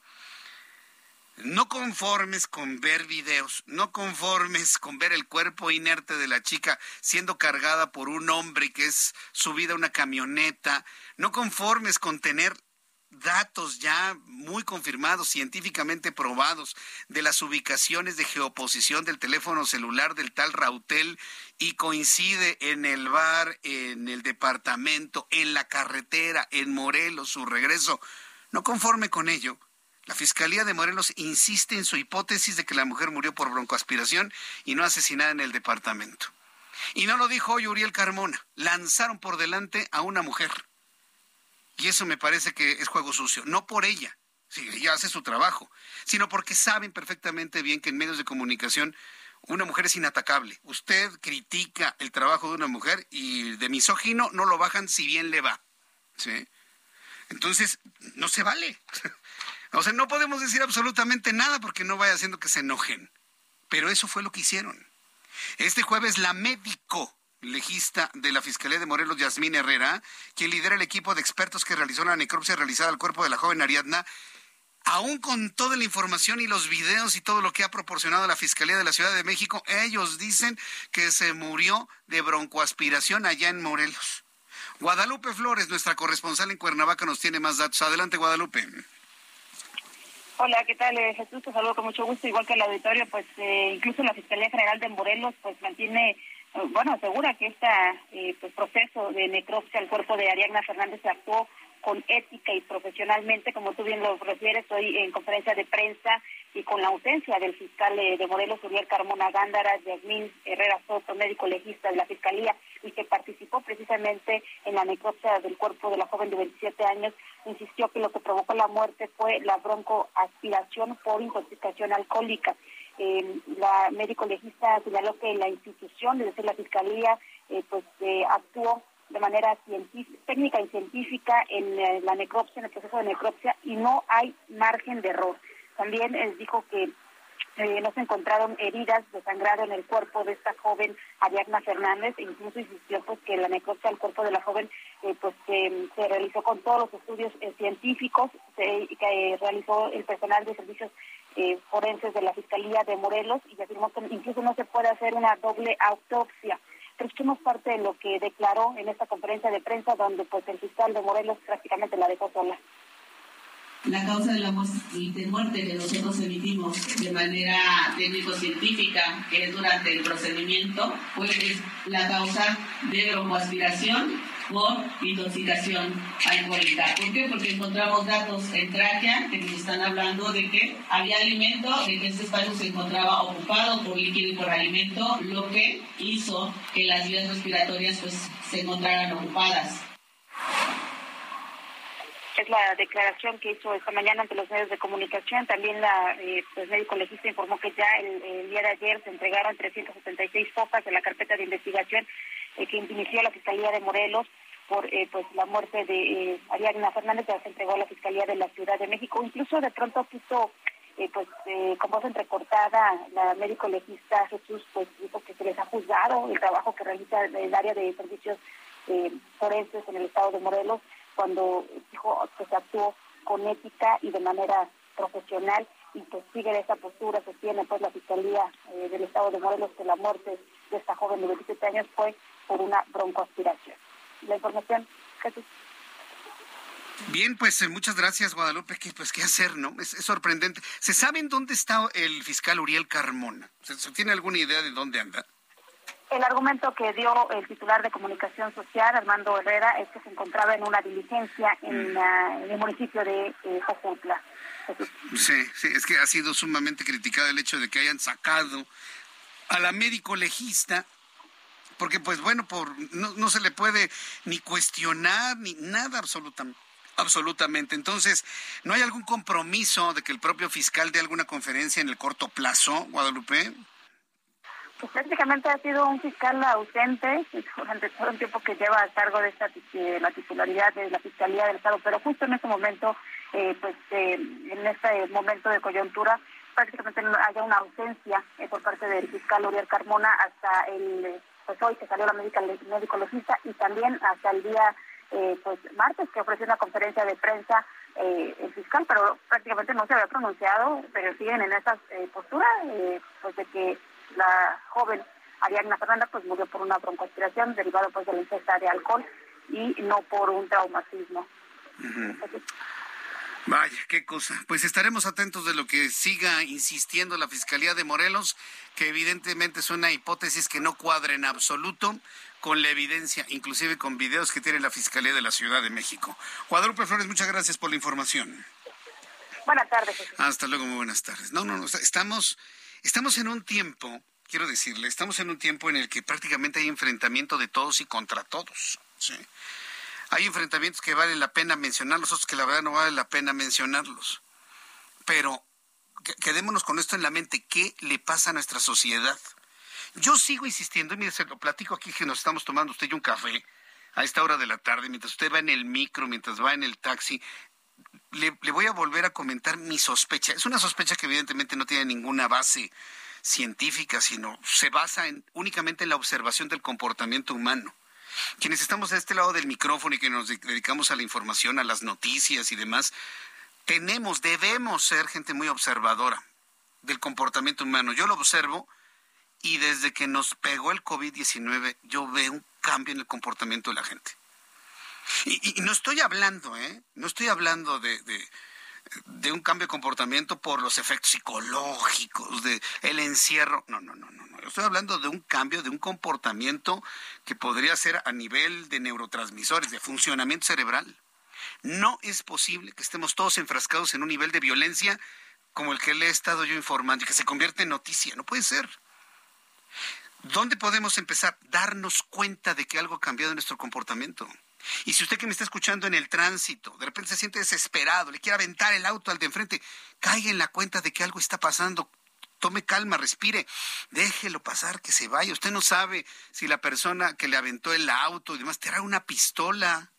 No conformes con ver videos, no conformes con ver el cuerpo inerte de la chica siendo cargada por un hombre que es subida a una camioneta, no conformes con tener datos ya muy confirmados, científicamente probados, de las ubicaciones de geoposición del teléfono celular del tal Rautel y coincide en el bar, en el departamento, en la carretera, en Morelos, su regreso. No conforme con ello, la Fiscalía de Morelos insiste en su hipótesis de que la mujer murió por broncoaspiración y no asesinada en el departamento. Y no lo dijo hoy Uriel Carmona, lanzaron por delante a una mujer. Y eso me parece que es juego sucio, no por ella, sí, ella hace su trabajo, sino porque saben perfectamente bien que en medios de comunicación una mujer es inatacable. Usted critica el trabajo de una mujer y de misógino no lo bajan si bien le va, ¿sí? Entonces, no se vale. O sea, no podemos decir absolutamente nada porque no vaya haciendo que se enojen. Pero eso fue lo que hicieron. Este jueves la médico legista de la Fiscalía de Morelos, Yasmín Herrera, quien lidera el equipo de expertos que realizó la necropsia realizada al cuerpo de la joven Ariadna, aún con toda la información y los videos y todo lo que ha proporcionado la Fiscalía de la Ciudad de México, ellos dicen que se murió de broncoaspiración allá en Morelos. Guadalupe Flores, nuestra corresponsal en Cuernavaca, nos tiene más datos. Adelante, Guadalupe. Hola, ¿qué tal, eh, Jesús? Te saludo con mucho gusto, igual que el auditorio, pues eh, incluso la Fiscalía General de Morelos pues mantiene, eh, bueno, asegura que este eh, pues, proceso de necropsia al cuerpo de Ariadna Fernández se actuó con ética y profesionalmente, como tú bien lo refieres, hoy en conferencia de prensa y con la ausencia del fiscal eh, de Morelos, Uriel Carmona Gándara, Yasmín Herrera Soto, médico legista de la Fiscalía, y que participó precisamente en la necropsia del cuerpo de la joven de veintisiete años, insistió que lo que provocó la muerte fue la broncoaspiración por intoxicación alcohólica. Eh, la médico legista señaló que la institución, es decir, la Fiscalía, eh, pues eh, actuó de manera científica, técnica y científica en eh, la necropsia, en el proceso de necropsia, y no hay margen de error. También eh, dijo que eh, no se encontraron heridas de sangrado en el cuerpo de esta joven Ariadna Fernández, e incluso insistió pues que la necropsia al cuerpo de la joven eh, pues eh, se realizó con todos los estudios eh, científicos eh, que eh, realizó el personal de servicios eh, forenses de la Fiscalía de Morelos, y afirmó que incluso no se puede hacer una doble autopsia. Pero escuchemos parte de lo que declaró en esta conferencia de prensa, donde pues el fiscal de Morelos prácticamente la dejó sola. La causa de la muerte que nosotros emitimos de manera técnico-científica, que es durante el procedimiento, pues es la causa de broncoaspiración por intoxicación alcohólica. ¿Por qué? Porque encontramos datos en tráquea que nos están hablando de que había alimento, de que este espacio se encontraba ocupado por líquido y por alimento, lo que hizo que las vías respiratorias pues se encontraran ocupadas. Es la declaración que hizo esta mañana ante los medios de comunicación. También la eh, pues, médico legista informó que ya el, el día de ayer se entregaron trescientas setenta y seis focas de la carpeta de investigación eh, que inició la Fiscalía de Morelos por eh, pues la muerte de eh, Ariadna Fernández, ya se entregó a la Fiscalía de la Ciudad de México. Incluso de pronto quiso, eh, pues eh, con voz entrecortada, la médico legista Jesús pues dijo que se les ha juzgado el trabajo que realiza el área de servicios eh, forenses en el estado de Morelos, cuando dijo que se actuó con ética y de manera profesional, y pues sigue de esa postura, sostiene pues la Fiscalía eh, del Estado de Morelos que la muerte de esta joven de veintisiete años fue por una broncoaspiración. La información, Jesús. Bien, pues eh, muchas gracias, Guadalupe. ¿Qué, pues, ¿qué hacer, no? Es, es sorprendente. ¿Se sabe en dónde está el fiscal Uriel Carmona? ¿Se, ¿Se tiene alguna idea de dónde anda? El argumento que dio el titular de Comunicación Social, Armando Herrera, es que se encontraba en una diligencia en, uh, en el municipio de eh, Jojutla. Sí, sí, es que ha sido sumamente criticado el hecho de que hayan sacado a la médico legista, porque pues bueno, por no, no se le puede ni cuestionar ni nada absolutamente. Absolutamente. Entonces, ¿no hay algún compromiso de que el propio fiscal dé alguna conferencia en el corto plazo, Guadalupe? Pues prácticamente ha sido un fiscal ausente durante todo el tiempo que lleva a cargo de esta de la titularidad de la Fiscalía del Estado, pero justo en este momento, eh, pues eh, en este momento de coyuntura, prácticamente no haya una ausencia eh, por parte del fiscal Uriel Carmona hasta el, pues hoy que salió la médica médico legista y también hasta el día Eh, pues martes, que ofreció una conferencia de prensa eh, el fiscal, pero prácticamente no se había pronunciado, pero siguen en esa eh, postura, eh, pues de que la joven Ariadna Fernanda pues murió por una broncoaspiración derivada pues de la ingesta de alcohol y no por un traumatismo. Uh-huh. Vaya, qué cosa. Pues estaremos atentos de lo que siga insistiendo la Fiscalía de Morelos, que evidentemente es una hipótesis que no cuadra en absoluto con la evidencia, inclusive con videos que tiene la Fiscalía de la Ciudad de México. Guadalupe Flores, muchas gracias por la información. Buenas tardes, Jesús. Hasta luego, muy buenas tardes. No, no, no, estamos, estamos en un tiempo, quiero decirle, estamos en un tiempo en el que prácticamente hay enfrentamiento de todos y contra todos, ¿sí? Hay enfrentamientos que vale la pena mencionarlos, otros que la verdad no vale la pena mencionarlos. Pero quedémonos con esto en la mente. ¿Qué le pasa a nuestra sociedad? Yo sigo insistiendo, y mire, se lo platico aquí que nos estamos tomando usted y un café a esta hora de la tarde, mientras usted va en el micro, mientras va en el taxi. Le, le voy a volver a comentar mi sospecha. Es una sospecha que evidentemente no tiene ninguna base científica, sino se basa en, únicamente en la observación del comportamiento humano. Quienes estamos a este lado del micrófono y que nos dedicamos a la información, a las noticias y demás, tenemos, debemos ser gente muy observadora del comportamiento humano. Yo lo observo y desde que nos pegó el covid diecinueve yo veo un cambio en el comportamiento de la gente. Y, y no estoy hablando, ¿eh? No estoy hablando de, de, de un cambio de comportamiento por los efectos psicológicos, de el encierro. No, no, no, no, no. Estoy hablando de un cambio, de un comportamiento que podría ser a nivel de neurotransmisores, de funcionamiento cerebral. No es posible que estemos todos enfrascados en un nivel de violencia como el que le he estado yo informando y que se convierte en noticia. No puede ser. ¿Dónde podemos empezar? Darnos cuenta de que algo ha cambiado en nuestro comportamiento. Y si usted que me está escuchando en el tránsito, de repente se siente desesperado, le quiere aventar el auto al de enfrente, caiga en la cuenta de que algo está pasando. Tome calma, respire, déjelo pasar, que se vaya. Usted no sabe si la persona que le aventó el auto y demás trae una pistola.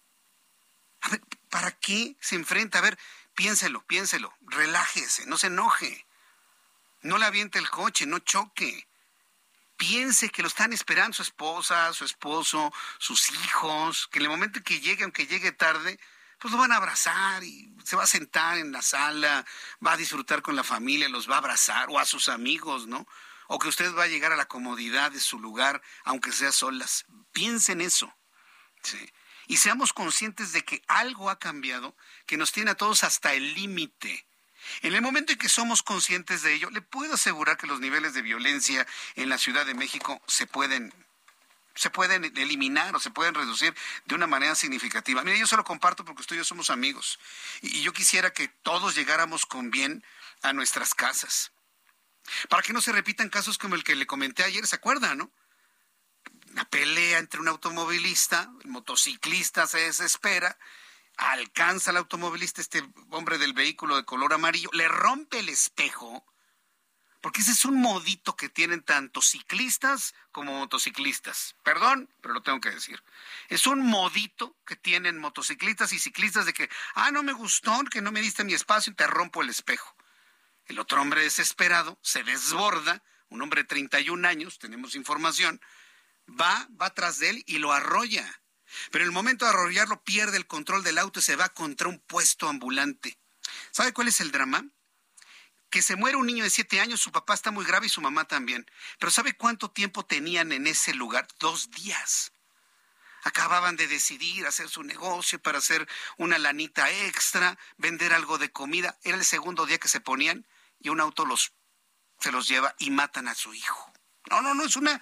A ver, ¿para qué se enfrenta? A ver, piénselo, piénselo, relájese, no se enoje. No le aviente el coche, no choque. Piense que lo están esperando su esposa, su esposo, sus hijos, que en el momento que llegue, aunque llegue tarde, pues lo van a abrazar y se va a sentar en la sala, va a disfrutar con la familia, los va a abrazar, o a sus amigos, ¿no? O que usted va a llegar a la comodidad de su lugar, aunque sea solas. Piense en eso, ¿sí? Y seamos conscientes de que algo ha cambiado, que nos tiene a todos hasta el límite. En el momento en que somos conscientes de ello, le puedo asegurar que los niveles de violencia en la Ciudad de México se pueden se pueden eliminar o se pueden reducir de una manera significativa. Mire, yo se lo comparto porque usted y yo somos amigos. Y yo quisiera que todos llegáramos con bien a nuestras casas. Para que no se repitan casos como el que le comenté ayer, ¿se acuerda, no? Una pelea entre un automovilista, el motociclista se desespera, alcanza al automovilista, este hombre del vehículo de color amarillo, le rompe el espejo, porque ese es un modito que tienen tanto ciclistas como motociclistas. Perdón, pero lo tengo que decir. Es un modito que tienen motociclistas y ciclistas de que, ah, no me gustó, que no me diste mi espacio y te rompo el espejo. El otro hombre desesperado se desborda, un hombre de treinta y un años, tenemos información, va, va tras de él y lo arrolla. Pero en el momento de arrollarlo pierde el control del auto y se va contra un puesto ambulante. ¿Sabe cuál es el drama? Que se muere un niño de siete años, su papá está muy grave y su mamá también. Pero ¿sabe cuánto tiempo tenían en ese lugar? Dos días. Acababan de decidir hacer su negocio para hacer una lanita extra, vender algo de comida. Era el segundo día que se ponían y un auto los, se los lleva y matan a su hijo. No, no, no, es una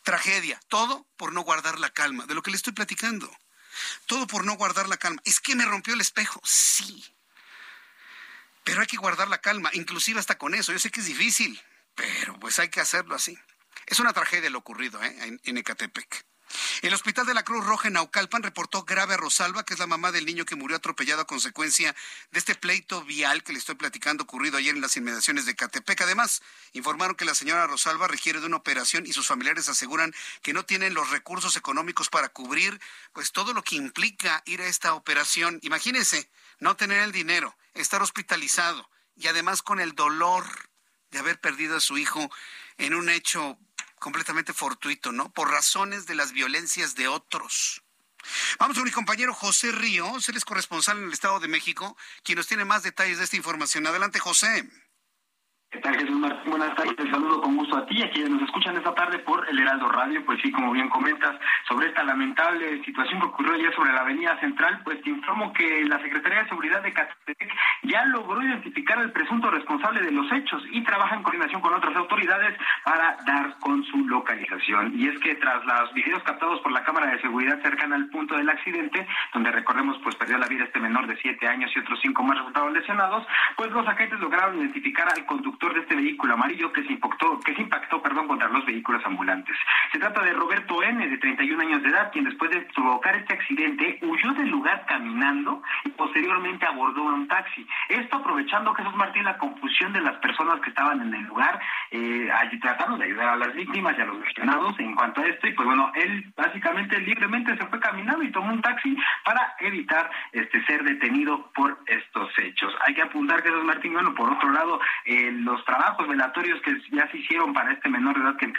Tragedia, todo por no guardar la calma, de lo que le estoy platicando. Todo por no guardar la calma. Es que me rompió el espejo, sí. Pero hay que guardar la calma, inclusive hasta con eso. Yo sé que es difícil, pero pues hay que hacerlo así. Es una tragedia lo ocurrido ¿eh? en, en Ecatepec. El Hospital de la Cruz Roja en Naucalpan reportó grave a Rosalba, que es la mamá del niño que murió atropellado a consecuencia de este pleito vial que le estoy platicando ocurrido ayer en las inmediaciones de Ecatepec. Además, informaron que la señora Rosalba requiere de una operación y sus familiares aseguran que no tienen los recursos económicos para cubrir pues todo lo que implica ir a esta operación. Imagínense, no tener el dinero, estar hospitalizado y además con el dolor de haber perdido a su hijo en un hecho completamente fortuito, ¿no? Por razones de las violencias de otros. Vamos con mi compañero José Ríos, él es corresponsal en el Estado de México, quien nos tiene más detalles de esta información. Adelante, José. ¿Qué tal, Jesús Martín? Buenas tardes, te saludo con gusto a ti y a quienes nos escuchan esta tarde por el Heraldo Radio. Pues sí, como bien comentas, sobre esta lamentable situación que ocurrió ayer sobre la Avenida Central, pues te informo que la Secretaría de Seguridad de Ecatepec ya logró identificar al presunto responsable de los hechos y trabaja en coordinación con otras autoridades para dar con su localización. Y es que tras los videos captados por la cámara de seguridad cercana al punto del accidente, donde recordemos pues perdió la vida este menor de siete años y otros cinco más resultaron lesionados, pues los agentes lograron identificar al conductor de este vehículo amarillo que se impactó, que se impactó, perdón, contra los vehículos ambulantes. Se trata de Roberto N., de treinta y un años de edad, quien después de provocar este accidente huyó del lugar caminando y posteriormente abordó un taxi. Esto aprovechando, Jesús Martín, la confusión de las personas que estaban en el lugar, eh, tratando de ayudar a las víctimas y a los lesionados en cuanto a esto, y pues bueno, él básicamente libremente se fue caminando y tomó un taxi para evitar este ser detenido por estos hechos. Hay que apuntar, Jesús Martín, bueno, por otro lado, eh, los trabajos velatorios que ya se hicieron para este menor de edad que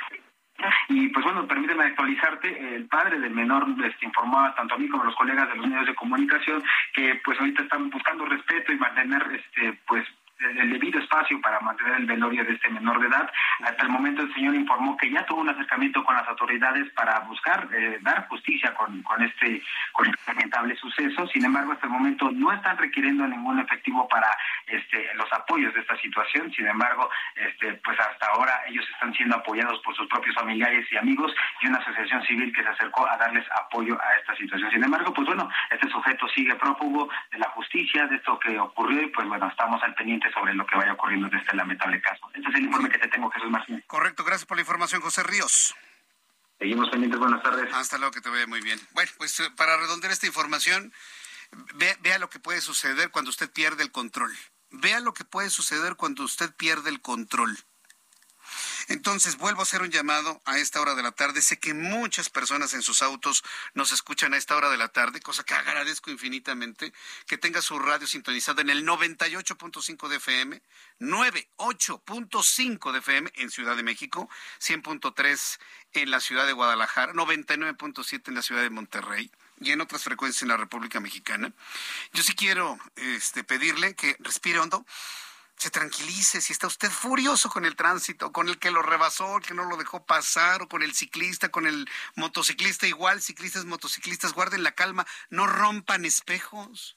y pues bueno, permíteme actualizarte, el padre del menor este, informó tanto a mí como a los colegas de los medios de comunicación que pues ahorita están buscando respeto y mantener este pues el debido espacio para mantener el velorio de este menor de edad. Hasta el momento el señor informó que ya tuvo un acercamiento con las autoridades para buscar eh, dar justicia con, con este con este lamentable suceso. Sin embargo, hasta el momento no están requiriendo ningún efectivo para este los apoyos de esta situación. Sin embargo, este pues hasta ahora ellos están siendo apoyados por sus propios familiares y amigos y una asociación civil que se acercó a darles apoyo a esta situación. Sin embargo, pues bueno, este sujeto sigue prófugo de la justicia, de esto que ocurrió, y pues bueno, estamos al pendiente sobre lo que vaya ocurriendo en este lamentable caso. Este es el informe que te tengo, Jesús Martín. Correcto, gracias por la información, José Ríos. Seguimos pendientes, buenas tardes. Hasta luego, que te vaya muy bien. Bueno, pues para redondear esta información, ve, vea lo que puede suceder cuando usted pierde el control. Vea lo que puede suceder cuando usted pierde el control. Entonces, vuelvo a hacer un llamado a esta hora de la tarde. Sé que muchas personas en sus autos nos escuchan a esta hora de la tarde, cosa que agradezco infinitamente, que tenga su radio sintonizada en el noventa y ocho punto cinco de F M, noventa y ocho punto cinco de F M en Ciudad de México, cien punto tres en la ciudad de Guadalajara, noventa y nueve punto siete en la ciudad de Monterrey y en otras frecuencias en la República Mexicana. Yo sí quiero este, pedirle que respire hondo, se tranquilice. Si está usted furioso con el tránsito, con el que lo rebasó, el que no lo dejó pasar, o con el ciclista, con el motociclista, igual, ciclistas, motociclistas, guarden la calma, no rompan espejos.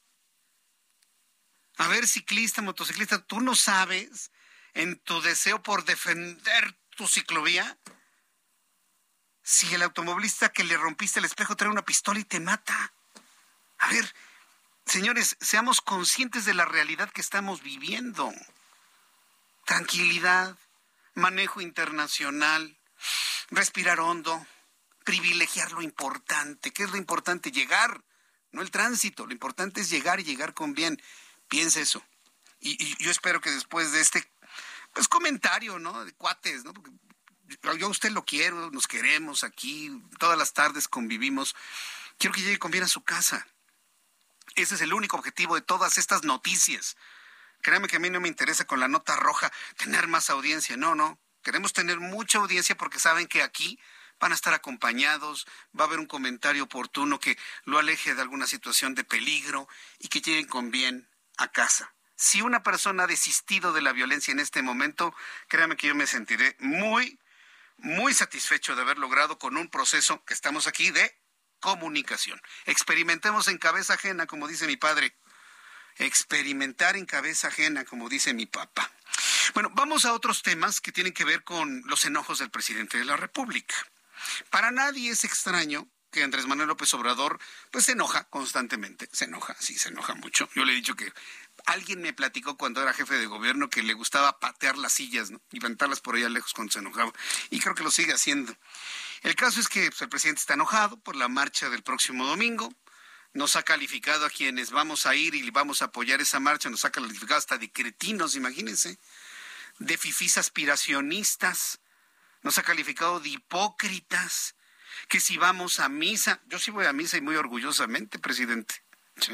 A ver, ciclista, motociclista, ¿tú no sabes, en tu deseo por defender tu ciclovía, si el automovilista que le rompiste el espejo trae una pistola y te mata? A ver, señores, seamos conscientes de la realidad que estamos viviendo. Tranquilidad, manejo internacional, respirar hondo, privilegiar lo importante. ¿Qué es lo importante? Llegar, no el tránsito. Lo importante es llegar y llegar con bien. Piense eso. Y, y yo espero que después de este pues comentario, ¿no? De cuates, ¿no? Porque yo a usted lo quiero, nos queremos aquí, todas las tardes convivimos. Quiero que llegue con bien a su casa. Ese es el único objetivo de todas estas noticias. Créame que a mí no me interesa con la nota roja tener más audiencia. No, no. Queremos tener mucha audiencia porque saben que aquí van a estar acompañados, va a haber un comentario oportuno que lo aleje de alguna situación de peligro y que lleguen con bien a casa. Si una persona ha desistido de la violencia en este momento, créame que yo me sentiré muy, muy satisfecho de haber logrado con un proceso que estamos aquí de comunicación. Experimentemos en cabeza ajena, como dice mi padre. Experimentar en cabeza ajena, como dice mi papá. Bueno, vamos a otros temas que tienen que ver con los enojos del presidente de la República. Para nadie es extraño que Andrés Manuel López Obrador pues se enoja constantemente, se enoja, sí, se enoja mucho. Yo le he dicho que alguien me platicó cuando era jefe de gobierno que le gustaba patear las sillas, ¿no? Y levantarlas por allá lejos cuando se enojaba, y creo que lo sigue haciendo. El caso es que pues, el presidente está enojado por la marcha del próximo domingo. Nos ha calificado a quienes vamos a ir y vamos a apoyar esa marcha, nos ha calificado hasta de cretinos, imagínense, de fifís aspiracionistas, nos ha calificado de hipócritas, que si vamos a misa, yo sí voy a misa y muy orgullosamente, presidente, sí.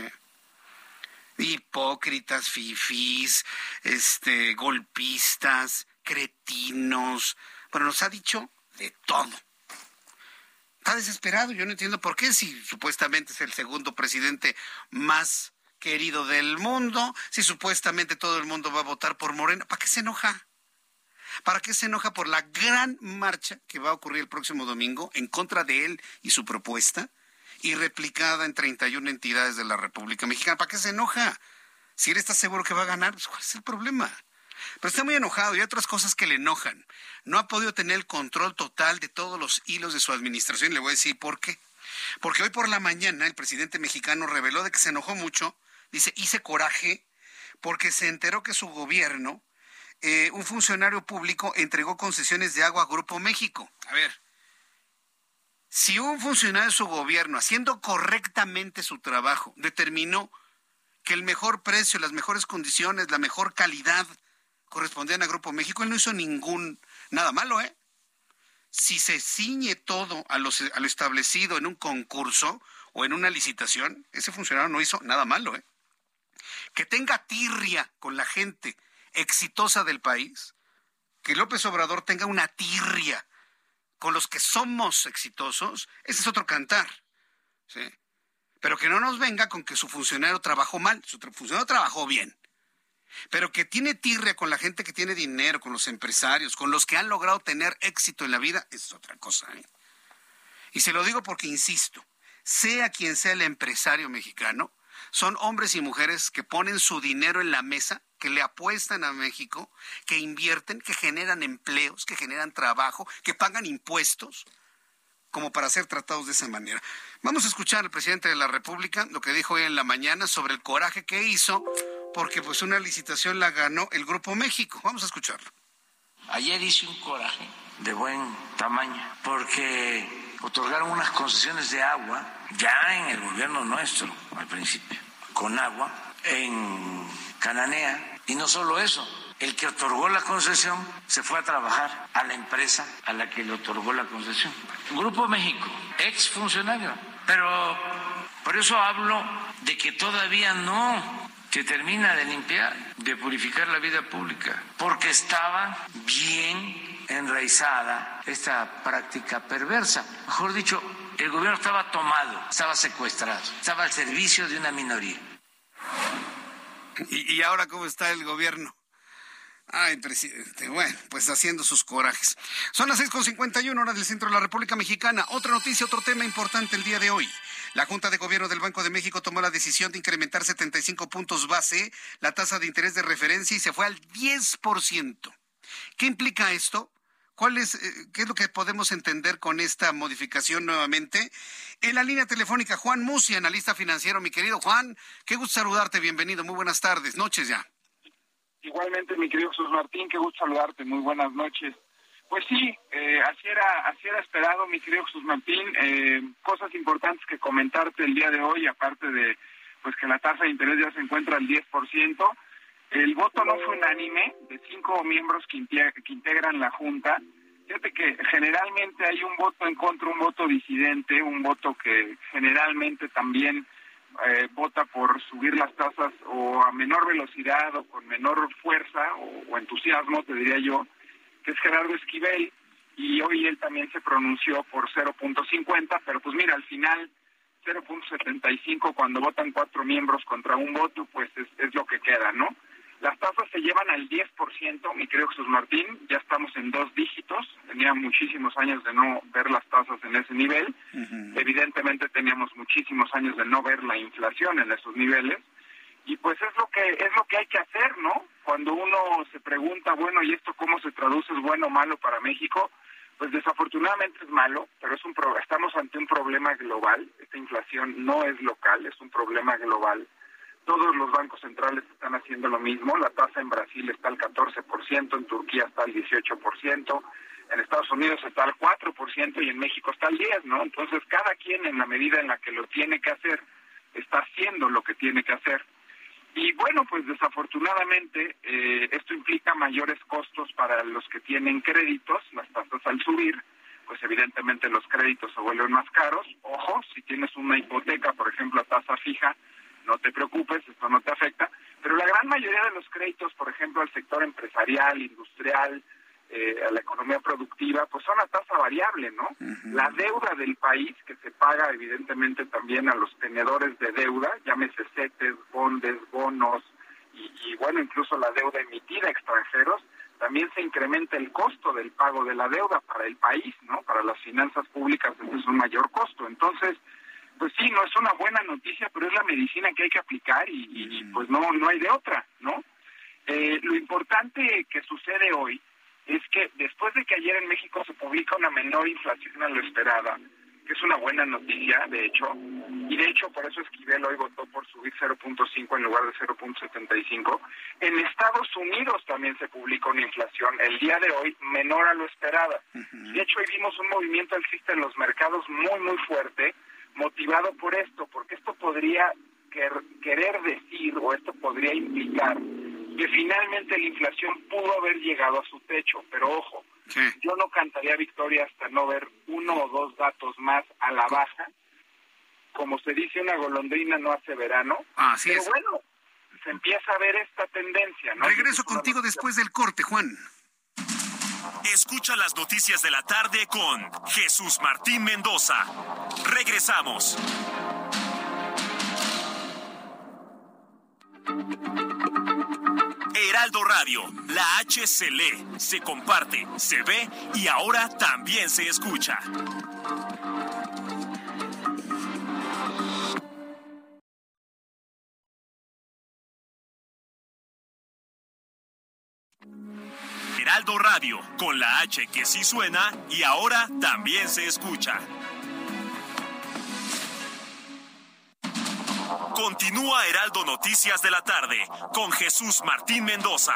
Hipócritas, fifís, este, golpistas, cretinos, bueno, nos ha dicho de todo. Está desesperado, yo no entiendo por qué, si supuestamente es el segundo presidente más querido del mundo, si supuestamente todo el mundo va a votar por Morena, ¿para qué se enoja? ¿Para qué se enoja por la gran marcha que va a ocurrir el próximo domingo en contra de él y su propuesta, y replicada en treinta y una entidades de la República Mexicana? ¿Para qué se enoja? Si él está seguro que va a ganar, pues ¿cuál es el problema? Pero está muy enojado y hay otras cosas que le enojan. No ha podido tener el control total de todos los hilos de su administración. Le voy a decir por qué. Porque hoy por la mañana el presidente mexicano reveló de que se enojó mucho. Dice, hice coraje porque se enteró que su gobierno, eh, un funcionario público, entregó concesiones de agua a Grupo México. A ver, si un funcionario de su gobierno, haciendo correctamente su trabajo, determinó que el mejor precio, las mejores condiciones, la mejor calidad correspondían a Grupo México, él no hizo ningún, nada malo, ¿eh? Si se ciñe todo a, los, a lo establecido en un concurso o en una licitación, ese funcionario no hizo nada malo, ¿eh? Que tenga tirria con la gente exitosa del país, que López Obrador tenga una tirria con los que somos exitosos, ese es otro cantar, ¿sí? Pero que no nos venga con que su funcionario trabajó mal, su funcionario trabajó bien. Pero que tiene tirria con la gente que tiene dinero, con los empresarios, con los que han logrado tener éxito en la vida, es otra cosa, ¿eh? Y se lo digo porque, insisto, sea quien sea el empresario mexicano, son hombres y mujeres que ponen su dinero en la mesa, que le apuestan a México, que invierten, que generan empleos, que generan trabajo, que pagan impuestos, como para ser tratados de esa manera. Vamos a escuchar al presidente de la República, lo que dijo hoy en la mañana sobre el coraje que hizo, porque pues una licitación la ganó el Grupo México. Vamos a escucharlo. Ayer hice un coraje de buen tamaño, porque otorgaron unas concesiones de agua, ya en el gobierno nuestro, al principio, con agua, en Cananea, y no solo eso, el que otorgó la concesión se fue a trabajar a la empresa a la que le otorgó la concesión. Grupo México, ex funcionario, pero por eso hablo de que todavía no se termina de limpiar, de purificar la vida pública, porque estaba bien enraizada esta práctica perversa. Mejor dicho, el gobierno estaba tomado, estaba secuestrado, estaba al servicio de una minoría. ¿Y, y ahora cómo está el gobierno? Ay, presidente, bueno, pues haciendo sus corajes. Son las seis con cincuenta y uno horas del centro de la República Mexicana. Otra noticia, otro tema importante el día de hoy. La Junta de Gobierno del Banco de México tomó la decisión de incrementar setenta y cinco puntos base la tasa de interés de referencia y se fue al diez por ciento. ¿Qué implica esto? ¿Cuál es, eh, qué es lo que podemos entender con esta modificación nuevamente? En la línea telefónica, Juan Musi, analista financiero. Mi querido Juan, qué gusto saludarte, bienvenido, muy buenas tardes, noches ya. Igualmente, mi querido Jesús Martín, qué gusto saludarte, muy buenas noches. Pues sí, eh, así era así era esperado, mi querido Jesús Martín. Eh, cosas importantes que comentarte el día de hoy, aparte de pues que la tasa de interés ya se encuentra al diez por ciento. El voto no fue unánime, de cinco miembros que, que integran la Junta. Fíjate que generalmente hay un voto en contra, un voto disidente, un voto que generalmente también Eh, vota por subir las tasas o a menor velocidad o con menor fuerza o, o entusiasmo, te diría yo, que es Gerardo Esquivel, y hoy él también se pronunció por cero punto cincuenta, pero pues mira, al final cero punto setenta y cinco cuando votan cuatro miembros contra un voto, pues es, es lo que queda, ¿no? Las tasas se llevan al diez por ciento, mi querido Jesús Martín, ya estamos en dos dígitos, tenía muchísimos años de no ver las tasas en ese nivel, uh-huh. Evidentemente teníamos muchísimos años de no ver la inflación en esos niveles, y pues es lo que es lo que hay que hacer, ¿no? Cuando uno se pregunta, bueno, ¿y esto cómo se traduce? ¿Es bueno o malo para México? pues desafortunadamente es malo, pero es un pro- estamos ante un problema global. Esta inflación no es local, es un problema global. Todos los bancos centrales están haciendo lo mismo. La tasa en Brasil está al catorce por ciento, en Turquía está al dieciocho por ciento, en Estados Unidos está al cuatro por ciento y en México está al diez por ciento, ¿no? Entonces, cada quien, en la medida en la que lo tiene que hacer, está haciendo lo que tiene que hacer. Y bueno, pues desafortunadamente eh, esto implica mayores costos para los que tienen créditos. Las tasas al subir, pues evidentemente los créditos se vuelven más caros. Ojo, si tienes una hipoteca, por ejemplo, a tasa fija, no te preocupes, esto no te afecta. Pero la gran mayoría de los créditos, por ejemplo, al sector empresarial, industrial, eh, a la economía productiva, pues son a tasa variable, ¿no? Uh-huh. La deuda del país, que se paga evidentemente también a los tenedores de deuda, llámese CETES, bondes, bonos, y, y bueno, incluso la deuda emitida a extranjeros, también se incrementa el costo del pago de la deuda para el país, ¿no? Para las finanzas públicas ese es un mayor costo. Entonces, pues sí, no es una buena noticia, pero es la medicina que hay que aplicar y, y, y pues no, no hay de otra, ¿no? Eh, lo importante que sucede hoy es que después de que ayer en México se publica una menor inflación a lo esperada, que es una buena noticia, de hecho, y de hecho por eso Esquivel hoy votó por subir cero punto cinco en lugar de cero punto setenta y cinco, en Estados Unidos también se publica una inflación el día de hoy menor a lo esperada. Uh-huh. De hecho, hoy vimos un movimiento alcista en los mercados muy, muy fuerte, motivado por esto, porque esto podría quer- querer decir, o esto podría implicar, que finalmente la inflación pudo haber llegado a su techo, pero ojo, sí. Yo no cantaría victoria hasta no ver uno o dos datos más a la baja. Como se dice, una golondrina no hace verano. Ah, así pero es. Bueno, se empieza a ver esta tendencia, ¿no? Regreso contigo después del corte, Juan. Escucha las noticias de la tarde con Jesús Martín Mendoza. Regresamos. Heraldo Radio, la H se lee, se comparte, se ve y ahora también se escucha. Heraldo Radio, con la H que sí suena y ahora también se escucha. Continúa Heraldo Noticias de la tarde con Jesús Martín Mendoza.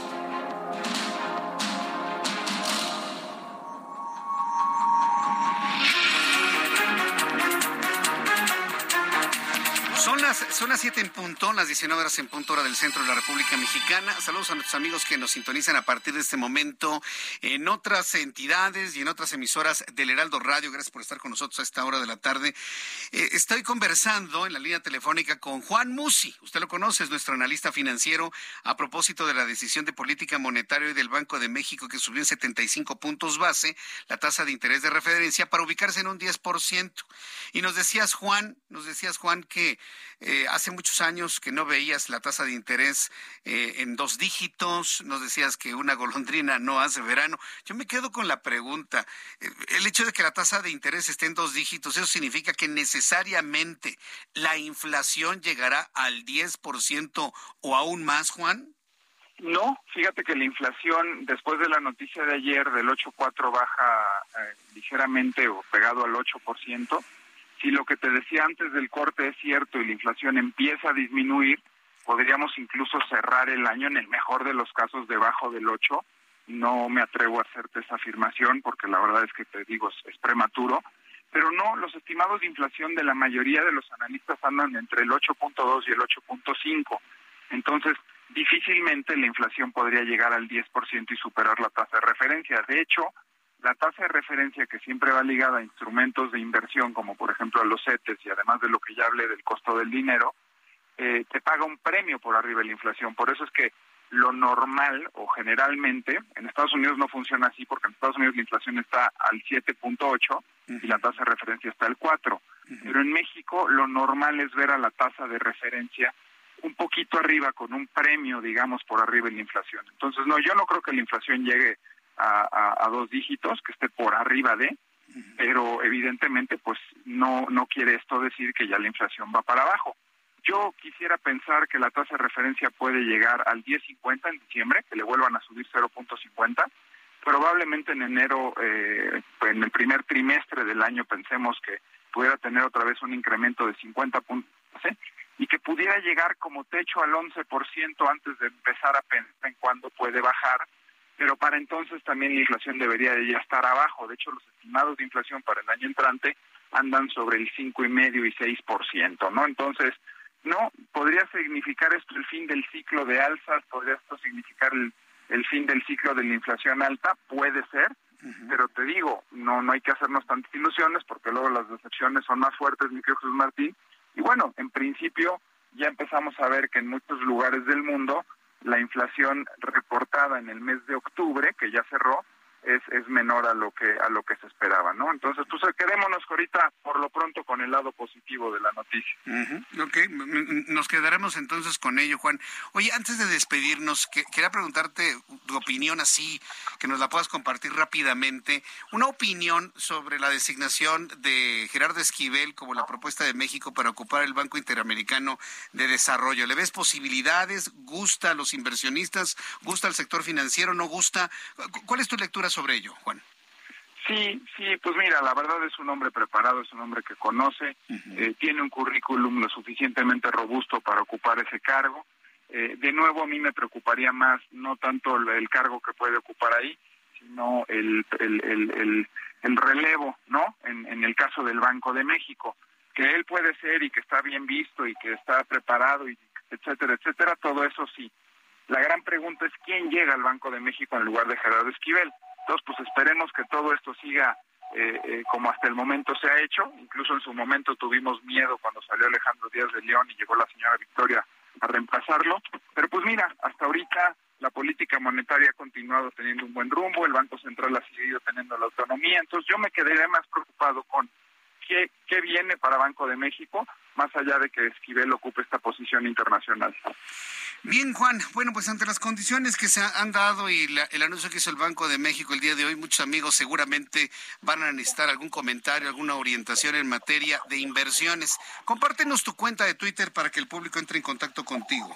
Son las, son las siete en punto, las diecinueve horas en punto hora del centro de la República Mexicana. Saludos a nuestros amigos que nos sintonizan a partir de este momento en otras entidades y en otras emisoras del Heraldo Radio. Gracias por estar con nosotros a esta hora de la tarde. Eh, estoy conversando en la línea telefónica con Juan Musi. Usted lo conoce, es nuestro analista financiero, a propósito de la decisión de política monetaria del Banco de México que subió en setenta y cinco puntos base la tasa de interés de referencia para ubicarse en un diez por ciento. Y nos decías, Juan, nos decías, Juan, que Eh, hace muchos años que no veías la tasa de interés eh, en dos dígitos, nos decías que una golondrina no hace verano. Yo me quedo con la pregunta, eh, el hecho de que la tasa de interés esté en dos dígitos, ¿eso significa que necesariamente la inflación llegará al diez por ciento o aún más, Juan? No, fíjate que la inflación, después de la noticia de ayer del ocho punto cuatro baja eh, ligeramente o pegado al ocho por ciento. Si lo que te decía antes del corte es cierto y la inflación empieza a disminuir, podríamos incluso cerrar el año en el mejor de los casos debajo del ocho. No me atrevo a hacerte esa afirmación porque la verdad es que te digo, es, es prematuro. Pero no, los estimados de inflación de la mayoría de los analistas andan entre el ocho punto dos y el ocho punto cinco. Entonces, difícilmente la inflación podría llegar al diez por ciento y superar la tasa de referencia. De hecho, la tasa de referencia, que siempre va ligada a instrumentos de inversión, como por ejemplo a los CETES, y además de lo que ya hablé del costo del dinero, eh, te paga un premio por arriba de la inflación. Por eso es que lo normal, o generalmente, en Estados Unidos no funciona así, porque en Estados Unidos la inflación está al siete punto ocho y la tasa de referencia está al cuatro. Uh-huh. Pero en México lo normal es ver a la tasa de referencia un poquito arriba, con un premio, digamos, por arriba de la inflación. Entonces, no, yo no creo que la inflación llegue A, a, a dos dígitos, que esté por arriba de, pero evidentemente pues no no quiere esto decir que ya la inflación va para abajo. Yo quisiera pensar que la tasa de referencia puede llegar al diez punto cincuenta en diciembre, que le vuelvan a subir cero punto cincuenta, probablemente en enero, eh, en el primer trimestre del año, pensemos que pudiera tener otra vez un incremento de cincuenta puntos ¿eh? y que pudiera llegar como techo al once por ciento antes de empezar a pensar en cuándo puede bajar, pero para entonces también la inflación debería de ya estar abajo. De hecho, los estimados de inflación para el año entrante andan sobre el cinco y medio y seis por ciento, ¿no? Entonces, no, podría significar esto el fin del ciclo de alzas, podría esto significar el, el fin del ciclo de la inflación alta, puede ser, uh-huh. pero te digo, no no hay que hacernos tantas ilusiones porque luego las decepciones son más fuertes, mi querido Jesús Martín, y bueno, en principio ya empezamos a ver que en muchos lugares del mundo la inflación reportada en el mes de octubre, que ya cerró, es es menor a lo que a lo que se esperaba, ¿no? Entonces, pues quedémonos ahorita por lo pronto con el lado positivo de la noticia. Uh-huh. Ok, nos quedaremos entonces con ello, Juan. Oye, antes de despedirnos, que, quería preguntarte tu opinión así, que nos la puedas compartir rápidamente, una opinión sobre la designación de Gerardo Esquivel como la propuesta de México para ocupar el Banco Interamericano de Desarrollo. ¿Le ves posibilidades? ¿Gusta a los inversionistas? ¿Gusta al sector financiero? ¿No gusta? ¿Cuál es tu lectura sobre ello, Juan? Sí, sí, pues mira, la verdad es un hombre preparado, es un hombre que conoce, uh-huh. eh, tiene un currículum lo suficientemente robusto para ocupar ese cargo. Eh, de nuevo, a mí me preocuparía más no tanto el, el cargo que puede ocupar ahí, sino el el, el, el, el relevo, ¿no? En, en el caso del Banco de México, que él puede ser y que está bien visto y que está preparado, y etcétera, etcétera, todo eso sí. La gran pregunta es quién llega al Banco de México en lugar de Gerardo Esquivel. Entonces, pues esperemos que todo esto siga eh, eh, como hasta el momento se ha hecho. Incluso en su momento tuvimos miedo cuando salió Alejandro Díaz de León y llegó la señora Victoria a reemplazarlo. Pero pues mira, hasta ahorita la política monetaria ha continuado teniendo un buen rumbo, el Banco Central ha seguido teniendo la autonomía. Entonces yo me quedaría más preocupado con qué, qué viene para Banco de México, más allá de que Esquivel ocupe esta posición internacional. Bien, Juan, bueno, pues ante las condiciones que se han dado y la, el anuncio que hizo el Banco de México el día de hoy, muchos amigos seguramente van a necesitar algún comentario, alguna orientación en materia de inversiones. Compártenos tu cuenta de Twitter para que el público entre en contacto contigo.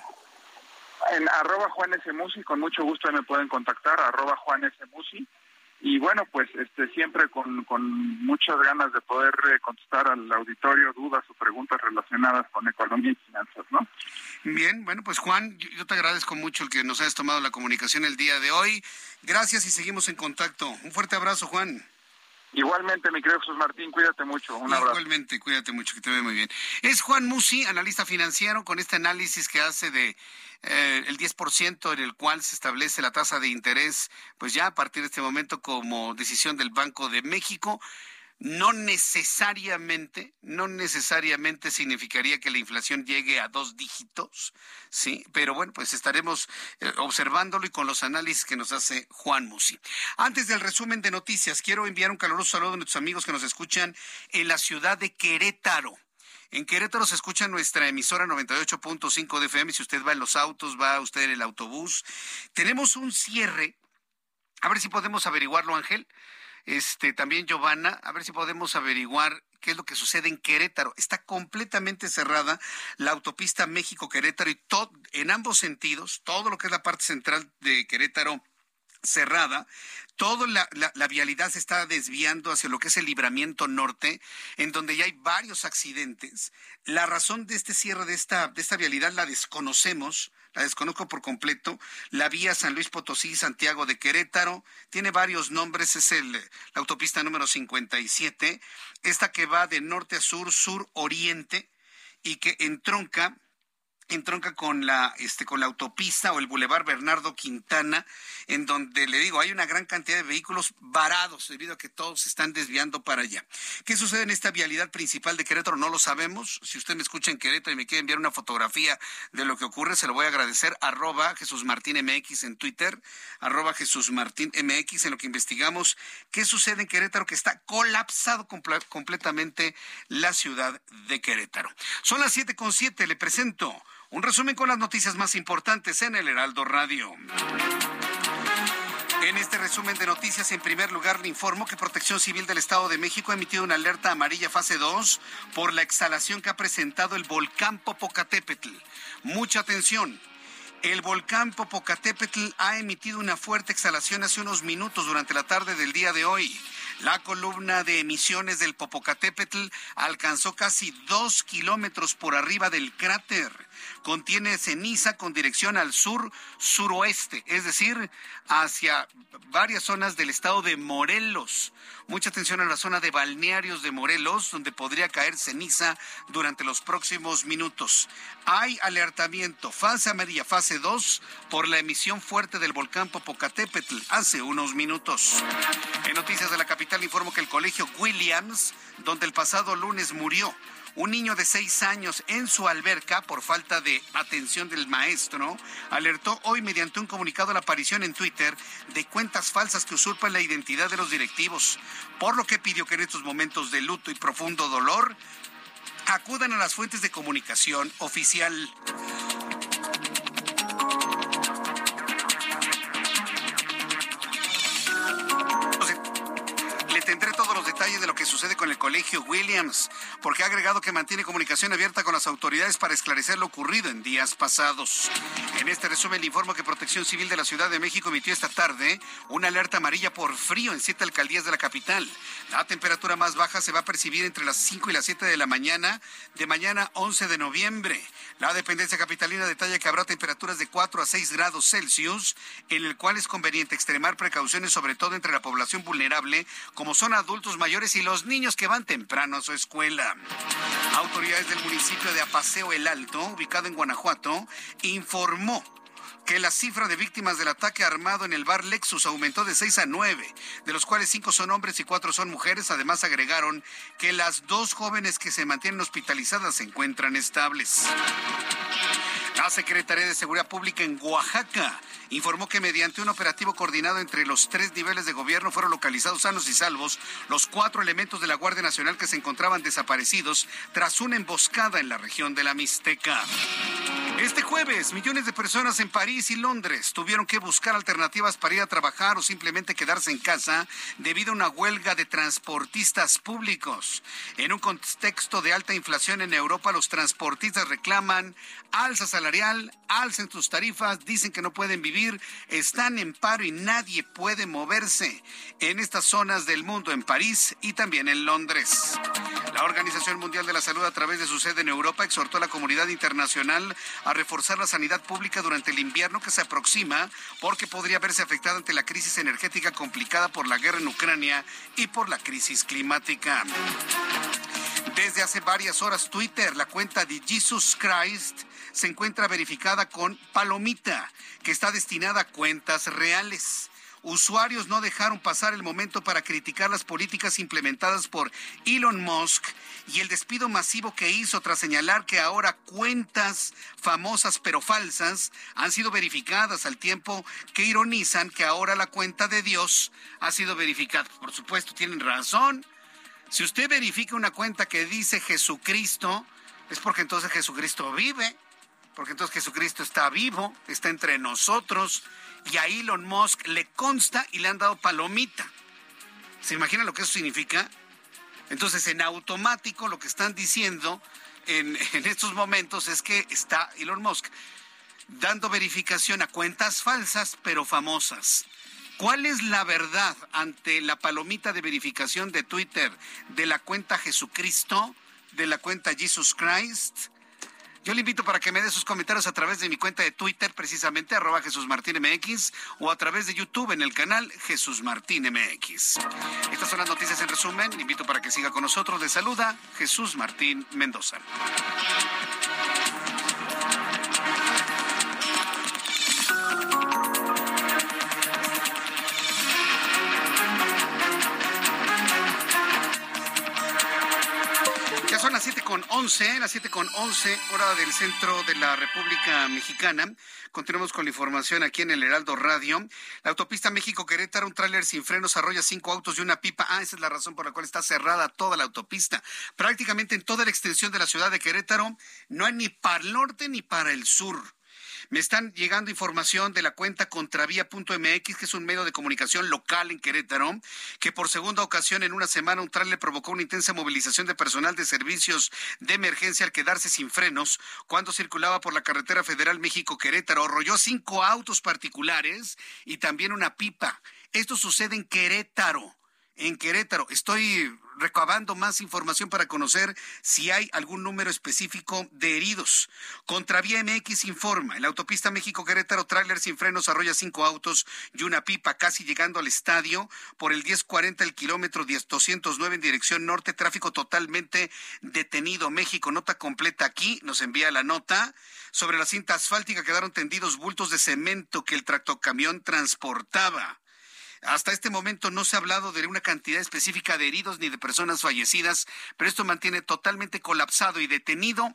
En arroba Juan S. Musi, con mucho gusto me pueden contactar, arroba Juan S. Musi. Y bueno, pues este siempre con, con muchas ganas de poder eh, contestar al auditorio dudas o preguntas relacionadas con economía y finanzas, ¿no? Bien, bueno, pues Juan, yo, yo te agradezco mucho el que nos hayas tomado la comunicación el día de hoy. Gracias y seguimos en contacto. Un fuerte abrazo, Juan. Igualmente, mi querido Jesús Martín, cuídate mucho. Un abrazo. Igualmente, cuídate mucho, que te ve muy bien. Es Juan Musi, analista financiero, con este análisis que hace de eh, el diez por ciento en el cual se establece la tasa de interés, pues ya a partir de este momento como decisión del Banco de México. No necesariamente, no necesariamente significaría que la inflación llegue a dos dígitos, sí, pero bueno, pues estaremos eh, observándolo y con los análisis que nos hace Juan Musi. Antes del resumen de noticias, quiero enviar un caluroso saludo a nuestros amigos que nos escuchan en la ciudad de Querétaro. En Querétaro se escucha nuestra emisora noventa y ocho punto cinco de F M. Si usted va en los autos, va usted en el autobús. Tenemos un cierre. A ver si podemos averiguarlo, Ángel. Este, también Giovanna, a ver si podemos averiguar qué es lo que sucede en Querétaro. Está completamente cerrada la autopista México-Querétaro y todo, en ambos sentidos, todo lo que es la parte central de Querétaro cerrada. Toda la, la, la vialidad se está desviando hacia lo que es el libramiento norte, en donde ya hay varios accidentes. La razón de este cierre de esta, de esta vialidad la desconocemos, la desconozco por completo. La vía San Luis Potosí, Santiago de Querétaro, tiene varios nombres, es el, la autopista número cincuenta y siete, esta que va de norte a sur, sur-oriente, y que entronca entronca con la este con la autopista o el Boulevard Bernardo Quintana, en donde, le digo, hay una gran cantidad de vehículos varados debido a que todos se están desviando para allá. ¿Qué sucede en esta vialidad principal de Querétaro? No lo sabemos. Si usted me escucha en Querétaro y me quiere enviar una fotografía de lo que ocurre, se lo voy a agradecer. Arroba Jesús Martín M X en Twitter, arroba Jesús Martín M X, en lo que investigamos qué sucede en Querétaro, que está colapsado comple- completamente la ciudad de Querétaro. Son las siete con siete, le presento un resumen con las noticias más importantes en el Heraldo Radio. En este resumen de noticias, en primer lugar, le informo que Protección Civil del Estado de México ha emitido una alerta amarilla fase dos por la exhalación que ha presentado el volcán Popocatépetl. Mucha atención. El volcán Popocatépetl ha emitido una fuerte exhalación hace unos minutos durante la tarde del día de hoy. La columna de emisiones del Popocatépetl alcanzó casi dos kilómetros por arriba del cráter. Contiene ceniza con dirección al sur-suroeste, es decir, hacia varias zonas del estado de Morelos. Mucha atención a la zona de balnearios de Morelos, donde podría caer ceniza durante los próximos minutos. Hay alertamiento fase amarilla, fase dos, por la emisión fuerte del volcán Popocatépetl hace unos minutos. En noticias de la capital informo que el colegio Williams, donde el pasado lunes murió un niño de seis años en su alberca por falta de atención del maestro, alertó hoy mediante un comunicado la aparición en Twitter de cuentas falsas que usurpan la identidad de los directivos, por lo que pidió que en estos momentos de luto y profundo dolor acudan a las fuentes de comunicación oficial. Tendré todos los detalles de lo que sucede con el colegio Williams, porque ha agregado que mantiene comunicación abierta con las autoridades para esclarecer lo ocurrido en días pasados. En este resumen le informo que Protección Civil de la Ciudad de México emitió esta tarde una alerta amarilla por frío en siete alcaldías de la capital. La temperatura más baja se va a percibir entre las cinco y las siete de la mañana de mañana once de noviembre. La dependencia capitalina detalla que habrá temperaturas de cuatro a seis grados Celsius, en el cual es conveniente extremar precauciones, sobre todo entre la población vulnerable, como son adultos mayores y los niños que van temprano a su escuela. Autoridades del municipio de Apaseo El Alto, ubicado en Guanajuato, informó que la cifra de víctimas del ataque armado en el bar Lexus aumentó de seis a nueve, de los cuales cinco son hombres y cuatro son mujeres. Además agregaron que las dos jóvenes que se mantienen hospitalizadas se encuentran estables. La Secretaría de Seguridad Pública en Oaxaca informó que mediante un operativo coordinado entre los tres niveles de gobierno fueron localizados sanos y salvos los cuatro elementos de la Guardia Nacional que se encontraban desaparecidos tras una emboscada en la región de la Mixteca. Este jueves, millones de personas en París y Londres tuvieron que buscar alternativas para ir a trabajar o simplemente quedarse en casa debido a una huelga de transportistas públicos. En un contexto de alta inflación en Europa, los transportistas reclaman alza salarial, alza en sus tarifas, dicen que no pueden vivir, están en paro y nadie puede moverse en estas zonas del mundo, en París y también en Londres. La Organización Mundial de la Salud, a través de su sede en Europa, exhortó a la comunidad internacional a reforzar la sanidad pública durante el invierno que se aproxima, porque podría verse afectada ante la crisis energética complicada por la guerra en Ucrania y por la crisis climática. Desde hace varias horas, Twitter, la cuenta de Jesus Christ, se encuentra verificada con palomita, que está destinada a cuentas reales. Usuarios no dejaron pasar el momento para criticar las políticas implementadas por Elon Musk y el despido masivo que hizo tras señalar que ahora cuentas famosas pero falsas han sido verificadas, al tiempo que ironizan que ahora la cuenta de Dios ha sido verificada. Por supuesto, tienen razón. Si usted verifica una cuenta que dice Jesucristo, es porque entonces Jesucristo vive, porque entonces Jesucristo está vivo, está entre nosotros, y a Elon Musk le consta y le han dado palomita. ¿Se imagina lo que eso significa? Entonces, en automático, lo que están diciendo en, en estos momentos es que está Elon Musk dando verificación a cuentas falsas pero famosas. ¿Cuál es la verdad ante la palomita de verificación de Twitter de la cuenta Jesucristo, de la cuenta Jesus Christ? Yo le invito para que me dé sus comentarios a través de mi cuenta de Twitter, precisamente, arroba Jesús Martín M X, o a través de YouTube en el canal Jesús Martín M X. Estas son las noticias en resumen. Le invito para que siga con nosotros. Le saluda Jesús Martín Mendoza. Son las siete con once, las siete con once, hora del centro de la República Mexicana. Continuamos con la información aquí en el Heraldo Radio. La autopista México-Querétaro, un tráiler sin frenos arrolla cinco autos y una pipa. Ah, esa es la razón por la cual está cerrada toda la autopista. Prácticamente en toda la extensión de la ciudad de Querétaro no hay ni para el norte ni para el sur. Me están llegando información de la cuenta Contravía punto M X, que es un medio de comunicación local en Querétaro, que por segunda ocasión en una semana un tráiler provocó una intensa movilización de personal de servicios de emergencia al quedarse sin frenos cuando circulaba por la carretera federal México-Querétaro. Arrolló cinco autos particulares y también una pipa. Esto sucede en Querétaro. En Querétaro. Estoy recabando más información para conocer si hay algún número específico de heridos. Contravía M X informa, en la autopista México-Querétaro, tráiler sin frenos arrolla cinco autos y una pipa, casi llegando al estadio por el diez cuarenta, el kilómetro doscientos nueve en dirección norte, tráfico totalmente detenido. México, nota completa aquí, nos envía la nota. Sobre la cinta asfáltica quedaron tendidos bultos de cemento que el tractocamión transportaba. Hasta este momento no se ha hablado de una cantidad específica de heridos ni de personas fallecidas, pero esto mantiene totalmente colapsado y detenido,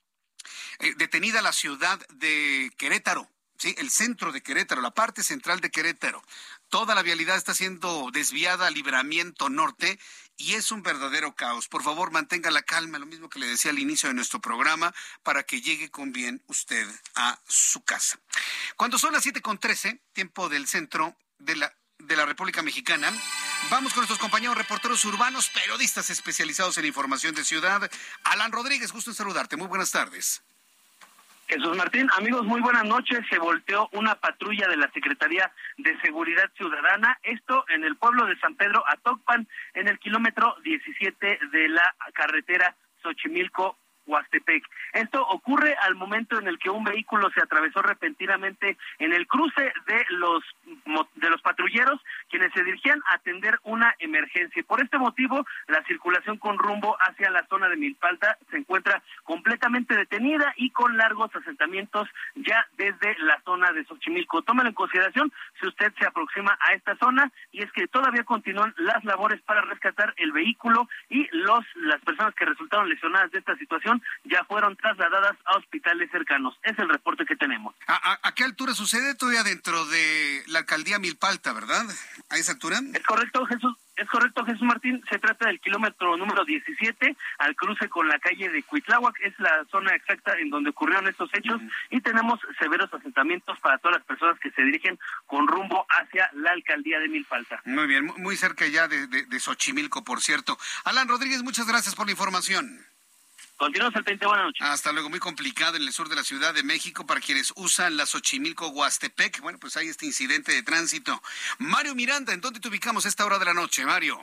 eh, detenida la ciudad de Querétaro, ¿sí? El centro de Querétaro, la parte central de Querétaro. Toda la vialidad está siendo desviada al Libramiento Norte y es un verdadero caos. Por favor, mantenga la calma, lo mismo que le decía al inicio de nuestro programa, para que llegue con bien usted a su casa. Cuando son las siete con trece, tiempo del centro de la de la República Mexicana, vamos con nuestros compañeros reporteros urbanos, periodistas especializados en información de ciudad. Alan Rodríguez, gusto en saludarte. Muy buenas tardes. Jesús Martín, amigos, muy buenas noches. Se volteó una patrulla de la Secretaría de Seguridad Ciudadana, esto en el pueblo de San Pedro Atocpan, en el kilómetro diecisiete de la carretera Xochimilco Huastepec. Esto ocurre al momento en el que un vehículo se atravesó repentinamente en el cruce de los de los patrulleros, quienes se dirigían a atender una emergencia. Por este motivo, la circulación con rumbo hacia la zona de Milpalta se encuentra completamente detenida y con largos asentamientos ya desde la zona de Xochimilco. Tómalo en consideración si usted se aproxima a esta zona, y es que todavía continúan las labores para rescatar el vehículo y los las personas que resultaron lesionadas de esta situación ya fueron trasladadas a hospitales cercanos. Es el reporte que tenemos. ¿A, a, a qué altura sucede? Todavía dentro de la alcaldía Milpalta, ¿verdad? ¿A esa altura? Es correcto, Jesús. Es correcto, Jesús Martín. Se trata del kilómetro número diecisiete, al cruce con la calle de Cuitláhuac. Es la zona exacta en donde ocurrieron estos hechos, uh-huh. Y tenemos severos asentamientos para todas las personas que se dirigen con rumbo hacia la alcaldía de Milpalta. Muy bien, muy cerca ya de, de, de Xochimilco, por cierto. Alan Rodríguez, muchas gracias por la información. Continuamos al pendiente, buenas noches. Hasta luego. Muy complicado en el sur de la Ciudad de México para quienes usan la Xochimilco-Huastepec. Bueno, pues hay este incidente de tránsito. Mario Miranda, ¿en dónde te ubicamos a esta hora de la noche, Mario?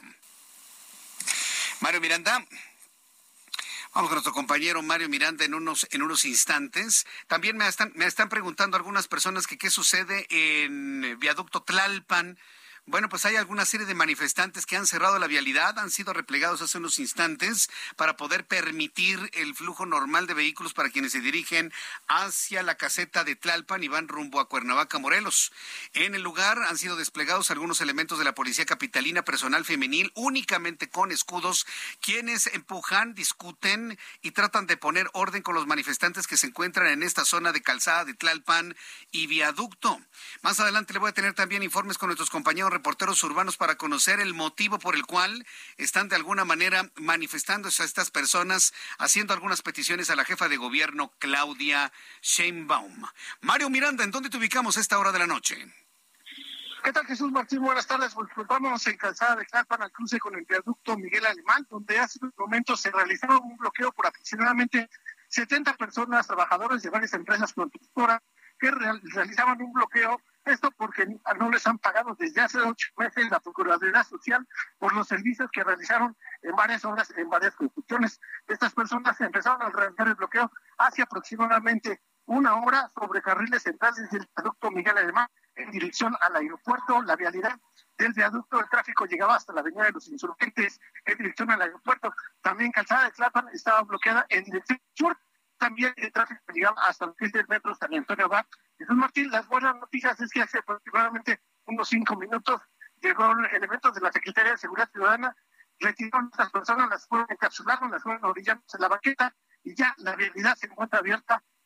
Mario Miranda. Vamos con nuestro compañero Mario Miranda en unos en unos instantes. También me están, me están preguntando algunas personas que qué sucede en Viaducto Tlalpan. Bueno, pues hay alguna serie de manifestantes que han cerrado la vialidad, han sido replegados hace unos instantes para poder permitir el flujo normal de vehículos para quienes se dirigen hacia la caseta de Tlalpan y van rumbo a Cuernavaca, Morelos. En el lugar han sido desplegados algunos elementos de la policía capitalina, personal femenil, únicamente con escudos, quienes empujan, discuten y tratan de poner orden con los manifestantes que se encuentran en esta zona de calzada de Tlalpan y Viaducto. Más adelante le voy a tener también informes con nuestros compañeros reporteros urbanos para conocer el motivo por el cual están de alguna manera manifestándose a estas personas, haciendo algunas peticiones a la jefa de gobierno, Claudia Sheinbaum. Mario Miranda, ¿en dónde te ubicamos a esta hora de la noche? ¿Qué tal, Jesús Martín? Buenas tardes. Pues vamos en calzada de Tlalpan al cruce con el viaducto Miguel Alemán, donde hace un momento se realizaba un bloqueo por aproximadamente setenta personas, trabajadores de varias empresas constructoras, que real, realizaban un bloqueo. Esto porque no les han pagado desde hace ocho meses la Procuraduría Social por los servicios que realizaron en varias obras, en varias construcciones. Estas personas empezaron a realizar el bloqueo hace aproximadamente una hora sobre carriles centrales del viaducto Miguel Alemán en dirección al aeropuerto. La vialidad del viaducto, el tráfico llegaba hasta la avenida de los Insurgentes en dirección al aeropuerto. También calzada de Tlalpan estaba bloqueada en dirección sur. También el tráfico llegaba hasta el del metro San Antonio Abad. Jesús Martín, las buenas noticias es que hace aproximadamente unos cinco minutos llegaron elementos de la Secretaría de Seguridad Ciudadana, retiraron a estas personas, las fueron encapsularon, las fueron orillando en la banqueta y ya la vialidad se encuentra abierta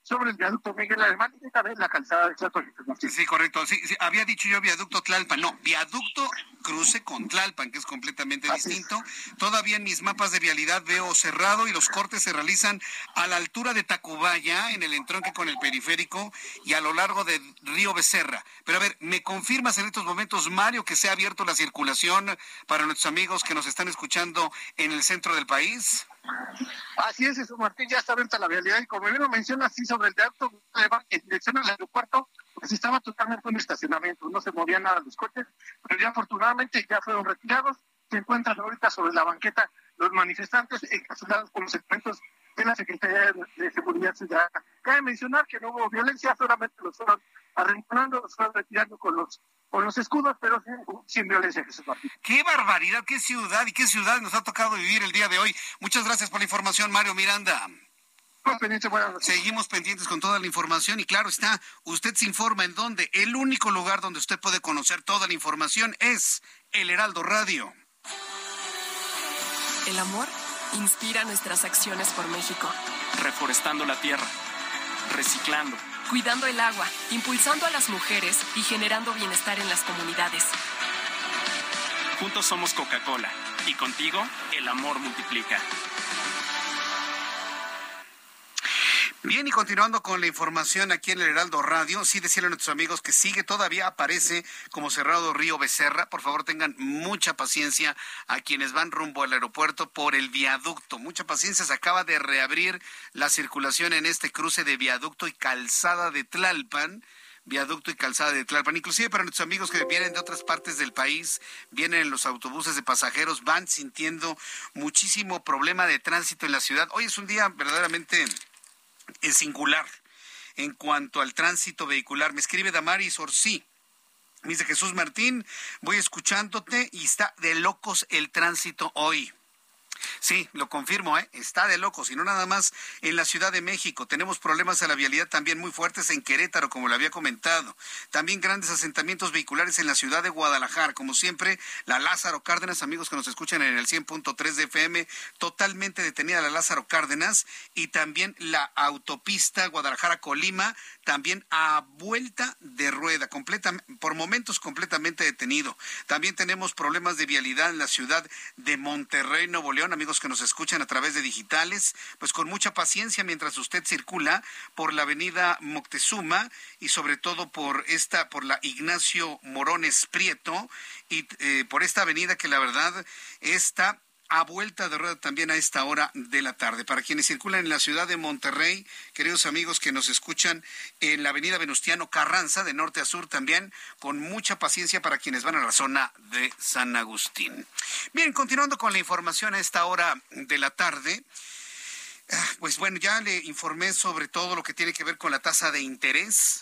sobre el viaducto Miguel Alemán y también la calzada de Tlalpan. Sí, correcto. Sí, sí, había dicho yo viaducto Tlalpan. No, viaducto cruce con Tlalpan, que es completamente Así distinto. Es. Todavía en mis mapas de vialidad veo cerrado y los cortes se realizan a la altura de Tacubaya, en el entronque con el periférico y a lo largo de Río Becerra. Pero a ver, ¿me confirmas en estos momentos, Mario, que se ha abierto la circulación para nuestros amigos que nos están escuchando en el centro del país? Así es, Jesús Martín, ya está abierta la vialidad y como bien lo menciona, así sobre el viaducto en dirección al aeropuerto, pues estaba totalmente en estacionamiento, no se movían nada los coches, pero ya afortunadamente ya fueron retirados, se encuentran ahorita sobre la banqueta los manifestantes encarcelados por los elementos de la Secretaría de Seguridad Ciudadana. Cabe mencionar que no hubo violencia, solamente los fueron arrinconando, los fueron retirando con los con los escudos, pero sin, sin violencia, Jesús Martín. ¡Qué barbaridad! ¡Qué ciudad! ¿Y qué ciudad nos ha tocado vivir el día de hoy? Muchas gracias por la información, Mario Miranda. Pendiente, Seguimos pendientes con toda la información y claro está, usted se informa en dónde. El único lugar donde usted puede conocer toda la información es El Heraldo Radio. El amor inspira nuestras acciones por México. Reforestando la tierra, reciclando, cuidando el agua, impulsando a las mujeres y generando bienestar en las comunidades. Juntos somos Coca-Cola y contigo el amor multiplica. Bien, y continuando con la información aquí en el Heraldo Radio, sí decirle a nuestros amigos que sigue, todavía aparece como cerrado Río Becerra. Por favor, tengan mucha paciencia a quienes van rumbo al aeropuerto por el viaducto. Mucha paciencia, se acaba de reabrir la circulación en este cruce de viaducto y calzada de Tlalpan. Viaducto y calzada de Tlalpan, inclusive para nuestros amigos que vienen de otras partes del país, vienen en los autobuses de pasajeros, van sintiendo muchísimo problema de tránsito en la ciudad. Hoy es un día verdaderamente es singular en cuanto al tránsito vehicular. Me escribe Damaris Orsi, me dice: Jesús Martín, voy escuchándote y está de locos el tránsito hoy. Sí, lo confirmo, ¿eh? Está de locos, y no nada más en la Ciudad de México. Tenemos problemas a la vialidad también muy fuertes en Querétaro, como lo había comentado. También grandes asentamientos vehiculares en la ciudad de Guadalajara. Como siempre, la Lázaro Cárdenas, amigos que nos escuchan en el cien punto tres de F M, totalmente detenida la Lázaro Cárdenas, y también la autopista Guadalajara-Colima, también a vuelta de rueda, completa, por momentos completamente detenido. También tenemos problemas de vialidad en la ciudad de Monterrey, Nuevo León, amigos que nos escuchan a través de digitales, pues con mucha paciencia mientras usted circula por la avenida Moctezuma y sobre todo por esta, por la Ignacio Morones Prieto y eh, por esta avenida que la verdad está a vuelta de rueda también a esta hora de la tarde. Para quienes circulan en la ciudad de Monterrey, queridos amigos que nos escuchan en la avenida Venustiano Carranza, de norte a sur también, con mucha paciencia para quienes van a la zona de San Agustín. Bien, continuando con la información a esta hora de la tarde, pues bueno, ya le informé sobre todo lo que tiene que ver con la tasa de interés.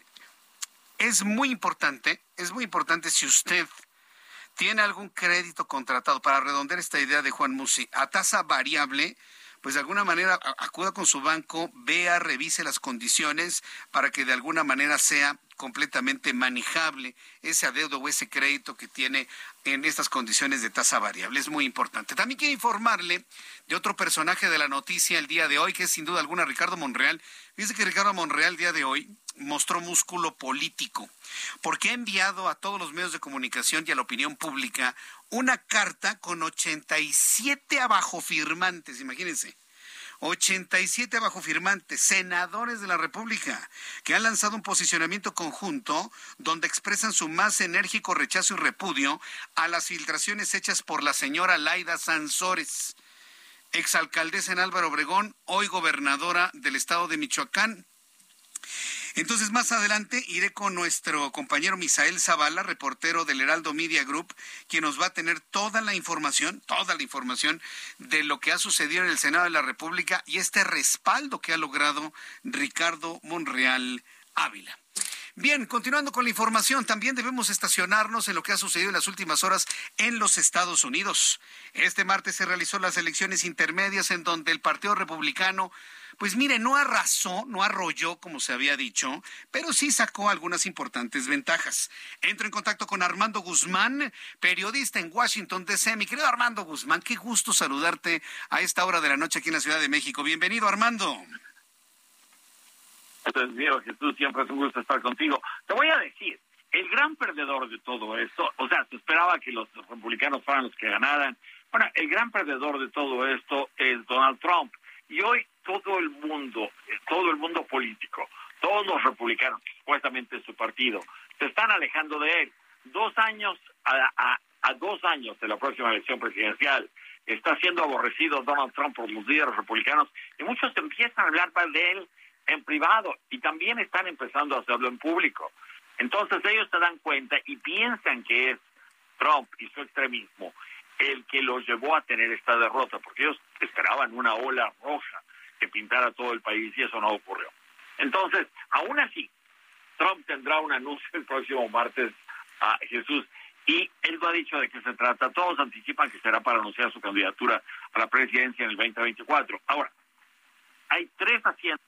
Es muy importante, es muy importante si usted tiene algún crédito contratado, para redondear esta idea de Juan Musi, a tasa variable, pues de alguna manera acuda con su banco, vea, revise las condiciones para que de alguna manera sea completamente manejable ese adeudo o ese crédito que tiene en estas condiciones de tasa variable. Es muy importante. También quiero informarle de otro personaje de la noticia el día de hoy, que es sin duda alguna Ricardo Monreal. Fíjese que Ricardo Monreal el día de hoy mostró músculo político, porque ha enviado a todos los medios de comunicación y a la opinión pública una carta con ochenta y siete abajofirmantes, imagínense, ochenta y siete abajofirmantes, senadores de la República, que han lanzado un posicionamiento conjunto donde expresan su más enérgico rechazo y repudio a las filtraciones hechas por la señora Laida Sansores, exalcaldesa en Álvaro Obregón, hoy gobernadora del estado de Michoacán. Entonces, más adelante iré con nuestro compañero Misael Zavala, reportero del Heraldo Media Group, quien nos va a tener toda la información, toda la información de lo que ha sucedido en el Senado de la República y este respaldo que ha logrado Ricardo Monreal Ávila. Bien, continuando con la información, también debemos estacionarnos en lo que ha sucedido en las últimas horas en los Estados Unidos. Este martes se realizó las elecciones intermedias en donde el Partido Republicano, pues mire, no arrasó, no arrolló como se había dicho, pero sí sacó algunas importantes ventajas. Entro en contacto con Armando Guzmán, periodista en Washington, D C Mi querido Armando Guzmán, qué gusto saludarte a esta hora de la noche aquí en la Ciudad de México. Bienvenido, Armando. Entonces, Jesús, siempre es un gusto estar contigo. Te voy a decir, el gran perdedor de todo esto, o sea, se esperaba que los republicanos fueran los que ganaran. Bueno, el gran perdedor de todo esto es Donald Trump. Y hoy todo el mundo, todo el mundo político, todos los republicanos, supuestamente su partido, se están alejando de él. Dos años, a, a, a dos años de la próxima elección presidencial, está siendo aborrecido Donald Trump por los líderes republicanos y muchos empiezan a hablar mal de él en privado y también están empezando a hacerlo en público. Entonces ellos se dan cuenta y piensan que es Trump y su extremismo el que los llevó a tener esta derrota, porque ellos esperaban una ola roja que pintara todo el país y eso no ocurrió. Entonces, aún así, Trump tendrá un anuncio el próximo martes a Jesús y él lo ha dicho de qué se trata. Todos anticipan que será para anunciar su candidatura a la presidencia en el veinte veinticuatro. Ahora, hay tres asientos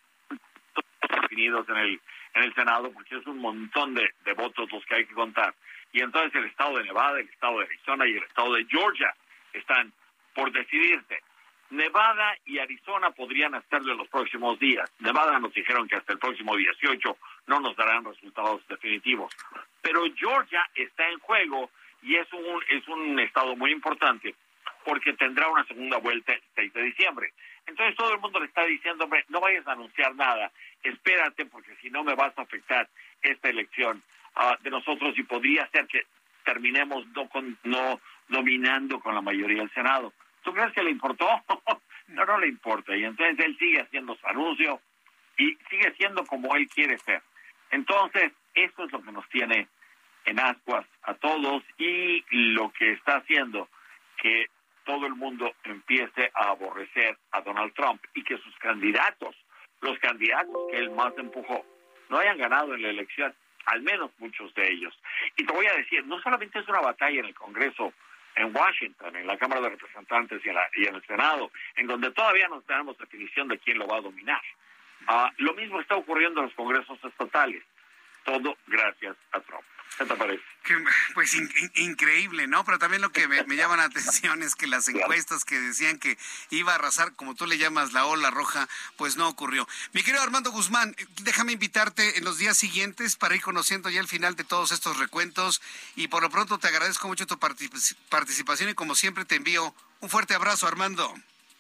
definidos en el en el Senado porque es un montón de, de votos los que hay que contar. Y entonces el estado de Nevada, el estado de Arizona y el estado de Georgia están por decidirse. Nevada y Arizona podrían hacerlo en los próximos días. Nevada nos dijeron que hasta el próximo dieciocho no nos darán resultados definitivos. Pero Georgia está en juego y es un, es un estado muy importante porque tendrá una segunda vuelta el seis de diciembre. Entonces todo el mundo le está diciendo, hombre, no vayas a anunciar nada, espérate porque si no me vas a afectar esta elección uh, de nosotros y podría ser que terminemos no, con, no dominando con la mayoría del Senado. ¿Tú crees que le importó? No, no le importa. Y entonces él sigue haciendo su anuncio y sigue siendo como él quiere ser. Entonces, eso es lo que nos tiene en ascuas a todos y lo que está haciendo que todo el mundo empiece a aborrecer a Donald Trump y que sus candidatos, los candidatos que él más empujó, no hayan ganado en la elección, al menos muchos de ellos. Y te voy a decir, no solamente es una batalla en el Congreso en Washington, en la Cámara de Representantes y en, la, y en el Senado, en donde todavía no tenemos definición de quién lo va a dominar. Uh, lo mismo está ocurriendo en los congresos estatales, todo gracias a Trump. ¿Qué te parece? Que, pues in, in, increíble, ¿no? Pero también lo que me, me llama la atención es que las encuestas que decían que iba a arrasar, como tú le llamas, la ola roja, pues no ocurrió. Mi querido Armando Guzmán, déjame invitarte en los días siguientes para ir conociendo ya el final de todos estos recuentos y por lo pronto te agradezco mucho tu partic- participación y como siempre te envío un fuerte abrazo, Armando.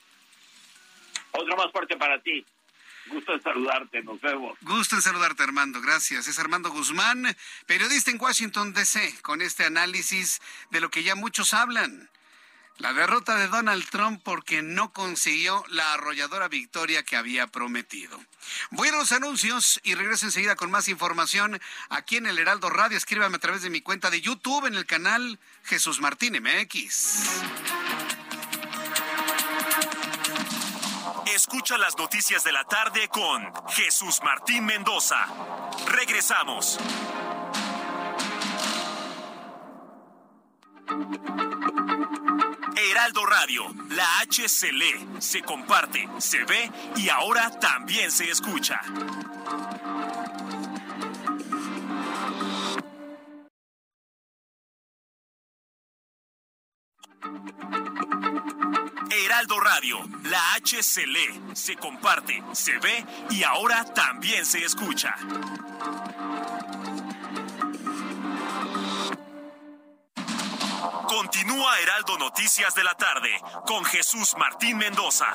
Otro más fuerte para ti. Gusto en saludarte, nos vemos. Gusto en saludarte, Armando, gracias. Es Armando Guzmán, periodista en Washington, D C, con este análisis de lo que ya muchos hablan. La derrota de Donald Trump porque no consiguió la arrolladora victoria que había prometido. Voy a los anuncios y regreso enseguida con más información aquí en el Heraldo Radio. Escríbame a través de mi cuenta de YouTube en el canal Jesús Martín M X. Escucha las noticias de la tarde con Jesús Martín Mendoza. Regresamos. Heraldo Radio, la H se lee, se comparte, se ve y ahora también se escucha. Heraldo Radio, la H se lee, se comparte, se ve y ahora también se escucha. Continúa Heraldo Noticias de la tarde con Jesús Martín Mendoza.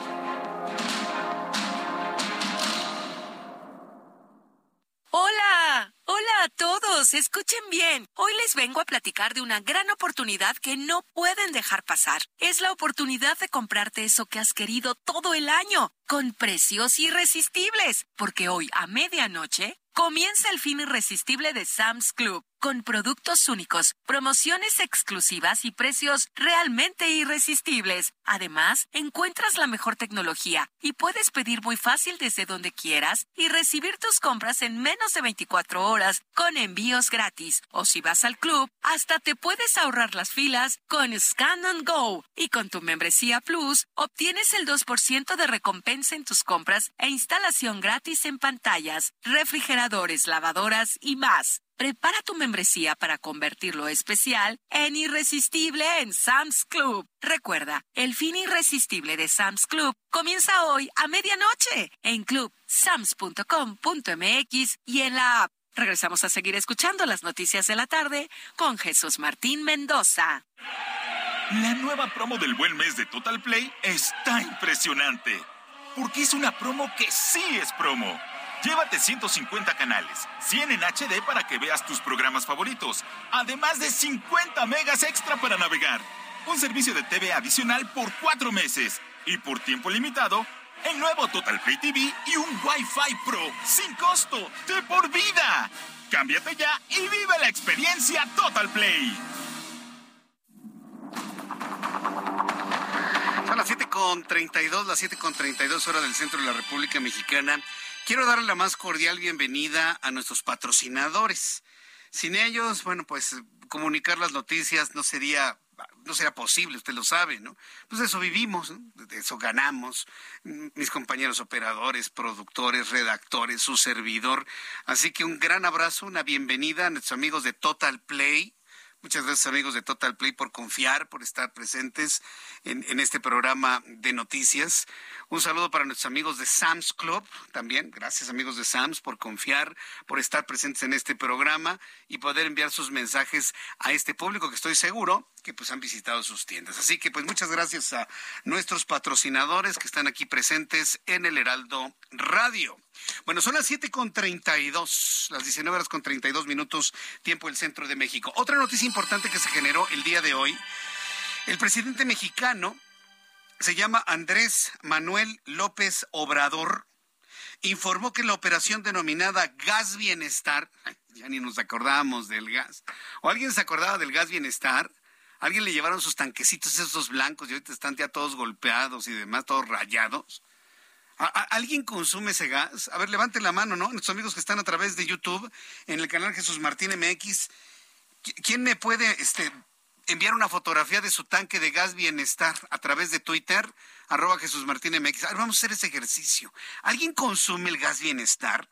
Hola, hola a todos, escuchen bien. Hoy les vengo a platicar de una gran oportunidad que no pueden dejar pasar. Es la oportunidad de comprarte eso que has querido todo el año, con precios irresistibles, porque hoy a medianoche comienza el fin irresistible de Sam's Club, con productos únicos, promociones exclusivas y precios realmente irresistibles. Además, encuentras la mejor tecnología y puedes pedir muy fácil desde donde quieras y recibir tus compras en menos de veinticuatro horas con envíos gratis. O si vas al club, hasta te puedes ahorrar las filas con Scan and Go. Y con tu membresía Plus, obtienes el dos por ciento de recompensa en tus compras e instalación gratis en pantallas, refrigeradores, lavadoras y más. Prepara tu membresía para convertir lo especial en irresistible en Sam's Club. Recuerda, el fin irresistible de Sam's Club comienza hoy a medianoche en club sams punto com punto m x y en la app. Regresamos a seguir escuchando las noticias de la tarde con Jesús Martín Mendoza. La nueva promo del Buen Mes de Total Play está impresionante, porque es una promo que sí es promo. Llévate ciento cincuenta canales, cien en H D para que veas tus programas favoritos, además de cincuenta megas extra para navegar, un servicio de T V adicional por cuatro meses y por tiempo limitado, el nuevo Total Play T V y un Wi-Fi Pro sin costo de por vida. Cámbiate ya y vive la experiencia Total Play. Son las siete con treinta y dos, las siete con treinta y dos hora del centro de la República Mexicana. Quiero darle la más cordial bienvenida a nuestros patrocinadores. Sin ellos, bueno, pues comunicar las noticias no sería, no sería posible, usted lo sabe, ¿no? Pues de eso vivimos, ¿no? De eso ganamos. Mis compañeros operadores, productores, redactores, su servidor. Así que un gran abrazo, una bienvenida a nuestros amigos de Total Play. Muchas gracias, amigos de Total Play, por confiar, por estar presentes en, en este programa de noticias. Un saludo para nuestros amigos de Sam's Club también. Gracias, amigos de Sam's, por confiar, por estar presentes en este programa y poder enviar sus mensajes a este público que estoy seguro que pues han visitado sus tiendas. Así que pues muchas gracias a nuestros patrocinadores que están aquí presentes en el Heraldo Radio. Bueno, son las siete con treinta y dos, las diecinueve horas con treinta y dos minutos, tiempo del centro de México. Otra noticia importante que se generó el día de hoy: el presidente mexicano se llama Andrés Manuel López Obrador, informó que la operación denominada Gas Bienestar, ya ni nos acordábamos del gas, o alguien se acordaba del Gas Bienestar, alguien le llevaron sus tanquecitos esos blancos y ahorita están ya todos golpeados y demás, todos rayados. ¿A- a- ¿Alguien consume ese gas? A ver, levanten la mano, ¿no? Nuestros amigos que están a través de YouTube, en el canal Jesús Martín M X, ¿quién me puede este, enviar una fotografía de su tanque de Gas Bienestar a través de Twitter, arroba Jesús Martín M X? A ver, vamos a hacer ese ejercicio. ¿Alguien consume el Gas Bienestar?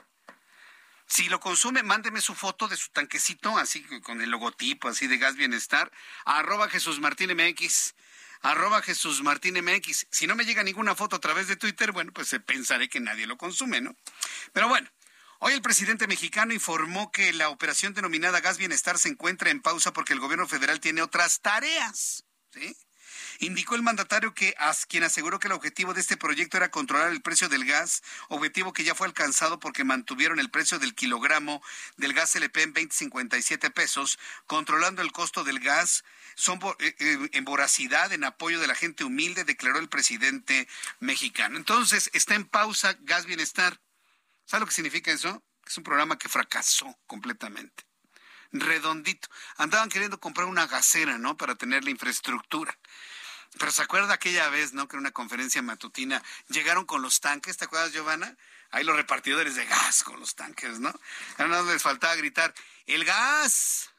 Si lo consume, mándeme su foto de su tanquecito, así con el logotipo, así de Gas Bienestar, arroba Jesús Martín M X. Arroba Jesús Martín M X. Si no me llega ninguna foto a través de Twitter, bueno, pues pensaré que nadie lo consume, ¿no? Pero bueno, hoy el presidente mexicano informó que la operación denominada Gas Bienestar se encuentra en pausa porque el gobierno federal tiene otras tareas, ¿sí? Indicó el mandatario que as, quien aseguró que el objetivo de este proyecto era controlar el precio del gas, objetivo que ya fue alcanzado porque mantuvieron el precio del kilogramo del gas L P en veinte cincuenta y siete pesos, controlando el costo del gas. Son eh, eh, en voracidad, en apoyo de la gente humilde, declaró el presidente mexicano. Entonces, está en pausa Gas Bienestar. ¿Sabe lo que significa eso? Es un programa que fracasó completamente. Redondito. Andaban queriendo comprar una gasera, ¿no? Para tener la infraestructura. Pero ¿se acuerda aquella vez, no? Que en una conferencia matutina llegaron con los tanques, ¿te acuerdas, Giovanna? Ahí los repartidores de gas con los tanques, ¿no? Ahora no les faltaba gritar, ¡el gas!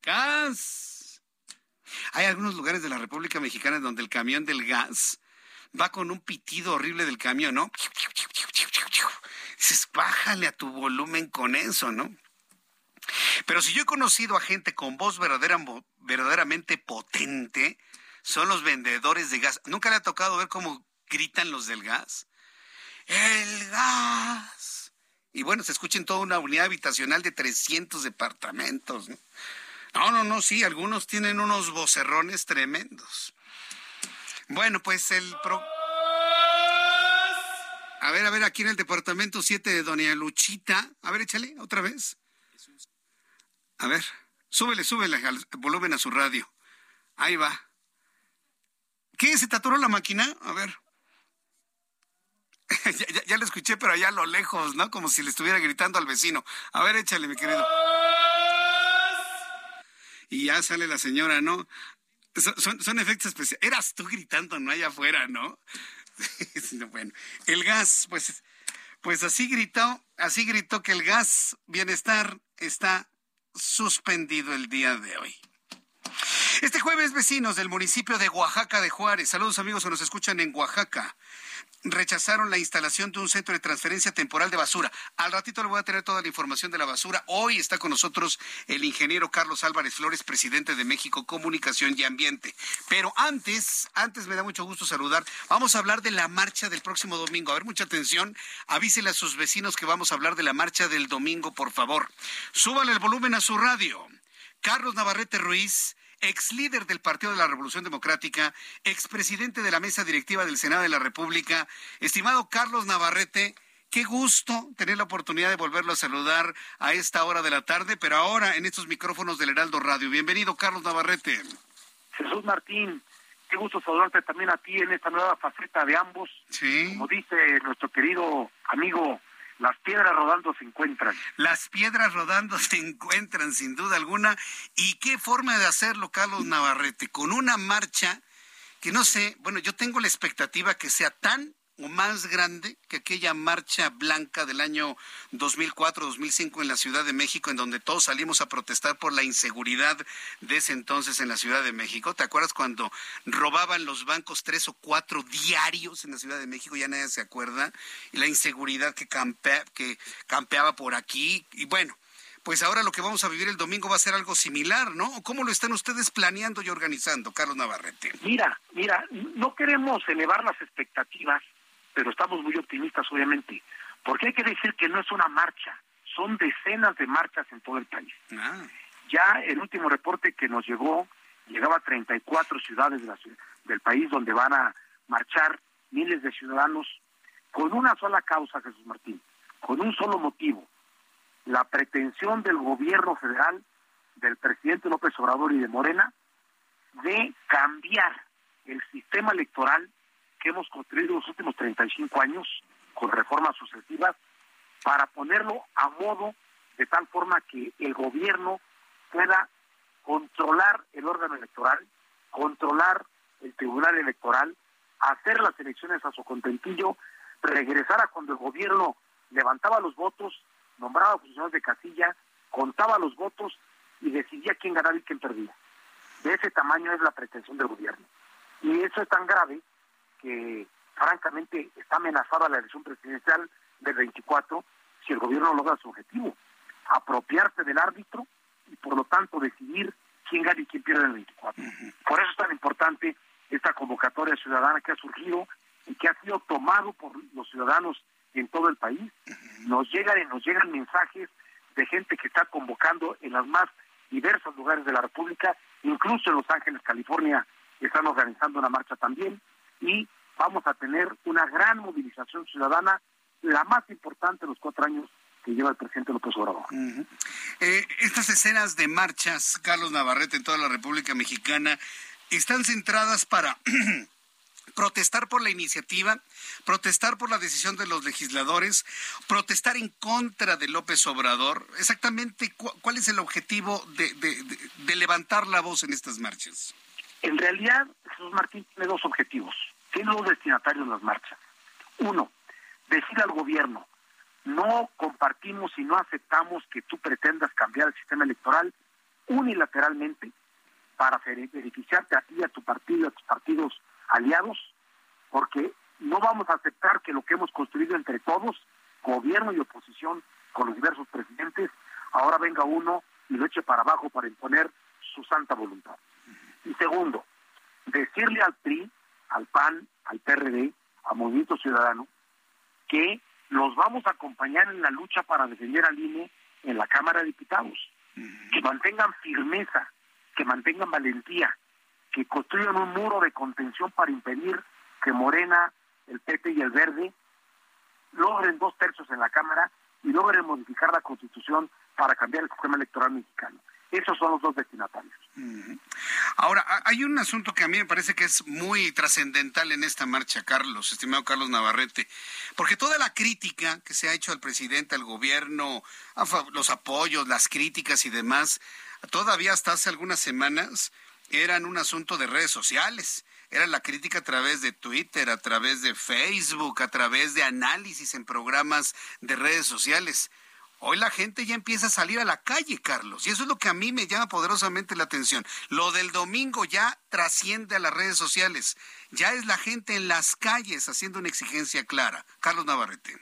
¡Gas! Hay algunos lugares de la República Mexicana donde el camión del gas va con un pitido horrible del camión, ¿no? Dices, bájale a tu volumen con eso, ¿no? Pero si yo he conocido a gente con voz verdadera, verdaderamente potente, son los vendedores de gas. ¿Nunca le ha tocado ver cómo gritan los del gas? ¡El gas! Y bueno, se escucha en toda una unidad habitacional de trescientos departamentos, ¿no? No, no, no, sí, algunos tienen unos vocerrones tremendos. Bueno, pues el... Pro... A ver, a ver, aquí en el departamento siete de Doña Luchita. A ver, échale, otra vez. A ver, súbele, súbele al volumen a su radio. Ahí va. ¿Qué? ¿Se te atoró la máquina? A ver. ya, ya, ya lo escuché, pero allá a lo lejos, ¿no? Como si le estuviera gritando al vecino. A ver, échale, mi querido. Y ya sale la señora, ¿no? Son, son, son efectos especiales. Eras tú gritando, no allá afuera, ¿no? Bueno, el gas, pues, pues así gritó, así gritó que el Gas Bienestar está suspendido el día de hoy. Este jueves, vecinos del municipio de Oaxaca de Juárez, saludos amigos que nos escuchan en Oaxaca, rechazaron la instalación de un centro de transferencia temporal de basura. Al ratito le voy a tener toda la información de la basura. Hoy está con nosotros el ingeniero Carlos Álvarez Flores, presidente de México Comunicación y Ambiente. Pero antes, antes me da mucho gusto saludar. Vamos a hablar de la marcha del próximo domingo. A ver, mucha atención. Avísele a sus vecinos que vamos a hablar de la marcha del domingo, por favor. Súbale el volumen a su radio. Carlos Navarrete Ruiz, ex líder del Partido de la Revolución Democrática, expresidente de la mesa directiva del Senado de la República. Estimado Carlos Navarrete, qué gusto tener la oportunidad de volverlo a saludar a esta hora de la tarde, pero ahora en estos micrófonos del Heraldo Radio. Bienvenido, Carlos Navarrete. Jesús Martín, qué gusto saludarte también a ti en esta nueva faceta de ambos. Sí. Como dice nuestro querido amigo, las piedras rodando se encuentran. Las piedras rodando se encuentran, sin duda alguna. ¿Y qué forma de hacerlo, Carlos Navarrete? Con una marcha que no sé, bueno, yo tengo la expectativa que sea tan o más grande que aquella marcha blanca del año dos mil cuatro, dos mil cinco en la Ciudad de México, en donde todos salimos a protestar por la inseguridad de ese entonces en la Ciudad de México. ¿Te acuerdas cuando robaban los bancos tres o cuatro diarios en la Ciudad de México? Ya nadie se acuerda. Y la inseguridad que, campe, que campeaba por aquí. Y bueno, pues ahora lo que vamos a vivir el domingo va a ser algo similar, ¿no? ¿Cómo lo están ustedes planeando y organizando, Carlos Navarrete? Mira, mira, no queremos elevar las expectativas, pero estamos muy optimistas, obviamente, porque hay que decir que no es una marcha, son decenas de marchas en todo el país. Ah. Ya el último reporte que nos llegó, llegaba a treinta y cuatro ciudades de la, del país donde van a marchar miles de ciudadanos con una sola causa, Jesús Martín, con un solo motivo: la pretensión del gobierno federal, del presidente López Obrador y de Morena, de cambiar el sistema electoral que hemos construido los últimos treinta y cinco años con reformas sucesivas, para ponerlo a modo de tal forma que el gobierno pueda controlar el órgano electoral, controlar el tribunal electoral, hacer las elecciones a su contentillo, regresar a cuando el gobierno levantaba los votos, nombraba funcionarios de casilla, contaba los votos y decidía quién ganaba y quién perdía. De ese tamaño es la pretensión del gobierno. Y eso es tan grave que francamente está amenazada la elección presidencial del veinticuatro si el gobierno logra su objetivo: apropiarse del árbitro y por lo tanto decidir quién gana y quién pierde en el veinticuatro. Uh-huh. Por eso es tan importante esta convocatoria ciudadana que ha surgido y que ha sido tomado por los ciudadanos en todo el país. Uh-huh. Nos llegan y nos llegan mensajes de gente que está convocando en los más diversos lugares de la República, incluso en Los Ángeles, California, están organizando una marcha también. Y vamos a tener una gran movilización ciudadana, la más importante de los cuatro años que lleva el presidente López Obrador. Uh-huh. eh, estas escenas de marchas, Carlos Navarrete, en toda la República Mexicana, están centradas para protestar por la iniciativa, protestar por la decisión de los legisladores, protestar en contra de López Obrador. Exactamente, cu- ¿cuál es el objetivo de, de, de, de levantar la voz en estas marchas? En realidad, Jesús Martín tiene dos objetivos, tiene dos destinatarios en las marchas. Uno, decir al gobierno: no compartimos y no aceptamos que tú pretendas cambiar el sistema electoral unilateralmente para beneficiarte a ti, a tu partido, a tus partidos aliados, porque no vamos a aceptar que lo que hemos construido entre todos, gobierno y oposición, con los diversos presidentes, ahora venga uno y lo eche para abajo para imponer su santa voluntad. Y segundo, decirle al P R I, al P A N, al P R D, a Movimiento Ciudadano, que los vamos a acompañar en la lucha para defender al I N E en la Cámara de Diputados, que mantengan firmeza, que mantengan valentía, que construyan un muro de contención para impedir que Morena, el P T y el Verde logren dos tercios en la Cámara y logren modificar la Constitución para cambiar el sistema electoral mexicano. Esos son los dos destinatarios. Uh-huh. Ahora, hay un asunto que a mí me parece que es muy trascendental en esta marcha, Carlos, estimado Carlos Navarrete, porque toda la crítica que se ha hecho al presidente, al gobierno, a los apoyos, las críticas y demás, todavía hasta hace algunas semanas eran un asunto de redes sociales. Era la crítica a través de Twitter, a través de Facebook, a través de análisis en programas de redes sociales. Hoy la gente ya empieza a salir a la calle, Carlos, y eso es lo que a mí me llama poderosamente la atención. Lo del domingo ya trasciende a las redes sociales. Ya es la gente en las calles haciendo una exigencia clara. Carlos Navarrete.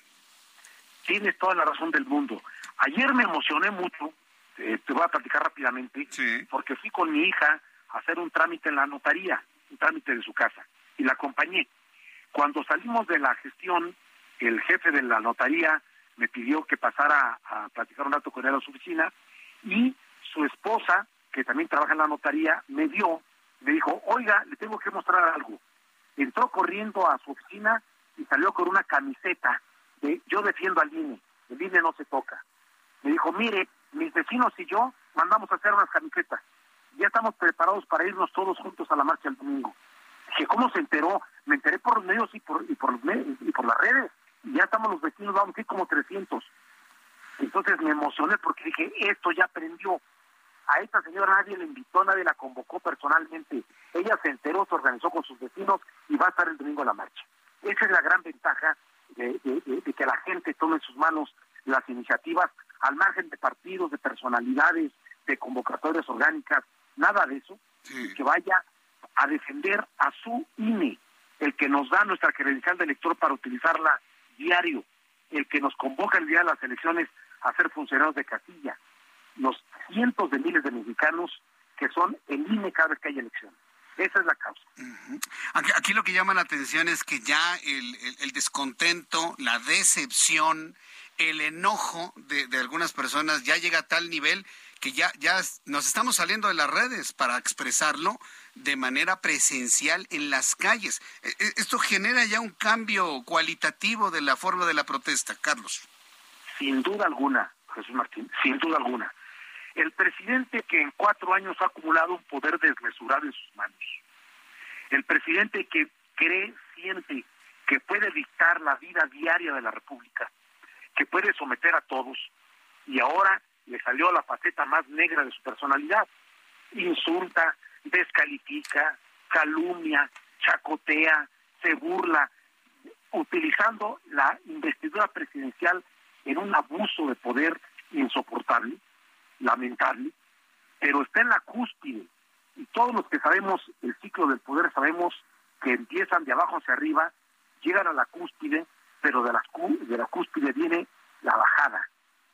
Tienes toda la razón del mundo. Ayer me emocioné mucho, eh, te voy a platicar rápidamente, sí. Porque fui con mi hija a hacer un trámite en la notaría, un trámite de su casa, y la acompañé. Cuando salimos de la gestión, el jefe de la notaría me pidió que pasara a platicar un rato con él a su oficina, y su esposa, que también trabaja en la notaría, me vio, me dijo, oiga, le tengo que mostrar algo. Entró corriendo a su oficina y salió con una camiseta de yo defiendo al I N E, el I N E no se toca. Me dijo, mire, mis vecinos y yo mandamos a hacer unas camisetas. Ya estamos preparados para irnos todos juntos a la marcha el domingo. Dije, ¿cómo se enteró? Me enteré por los medios y por y por, los medios, y por las redes. Y ya estamos los vecinos, vamos a ir como trescientos. Entonces me emocioné porque dije, esto ya aprendió. A esta señora nadie le invitó, nadie la convocó personalmente. Ella se enteró, se organizó con sus vecinos y va a estar el domingo en la marcha. Esa es la gran ventaja de, de, de, de que la gente tome en sus manos las iniciativas, al margen de partidos, de personalidades, de convocatorias orgánicas, nada de eso, sí. Que vaya a defender a su I N E, el que nos da nuestra credencial de elector para utilizarla diario, el que nos convoca el día de las elecciones a ser funcionarios de casilla, los cientos de miles de mexicanos que son el I N E cada vez que hay elecciones. Esa es la causa. Uh-huh. Aquí, aquí lo que llama la atención es que ya el, el, el descontento, la decepción, el enojo de, de algunas personas ya llega a tal nivel que ya, ya nos estamos saliendo de las redes para expresarlo de manera presencial en las calles. Esto genera ya un cambio cualitativo de la forma de la protesta, Carlos. Sin duda alguna, Jesús Martín, sin duda alguna. El presidente que en cuatro años ha acumulado un poder desmesurado en sus manos. El presidente que cree, siente que puede dictar la vida diaria de la República, que puede someter a todos, y ahora le salió la faceta más negra de su personalidad. Insulta, descalifica, calumnia, chacotea, se burla, utilizando la investidura presidencial en un abuso de poder insoportable, lamentable, pero está en la cúspide, y todos los que sabemos el ciclo del poder sabemos que empiezan de abajo hacia arriba, llegan a la cúspide, pero de la, de la cúspide viene la bajada,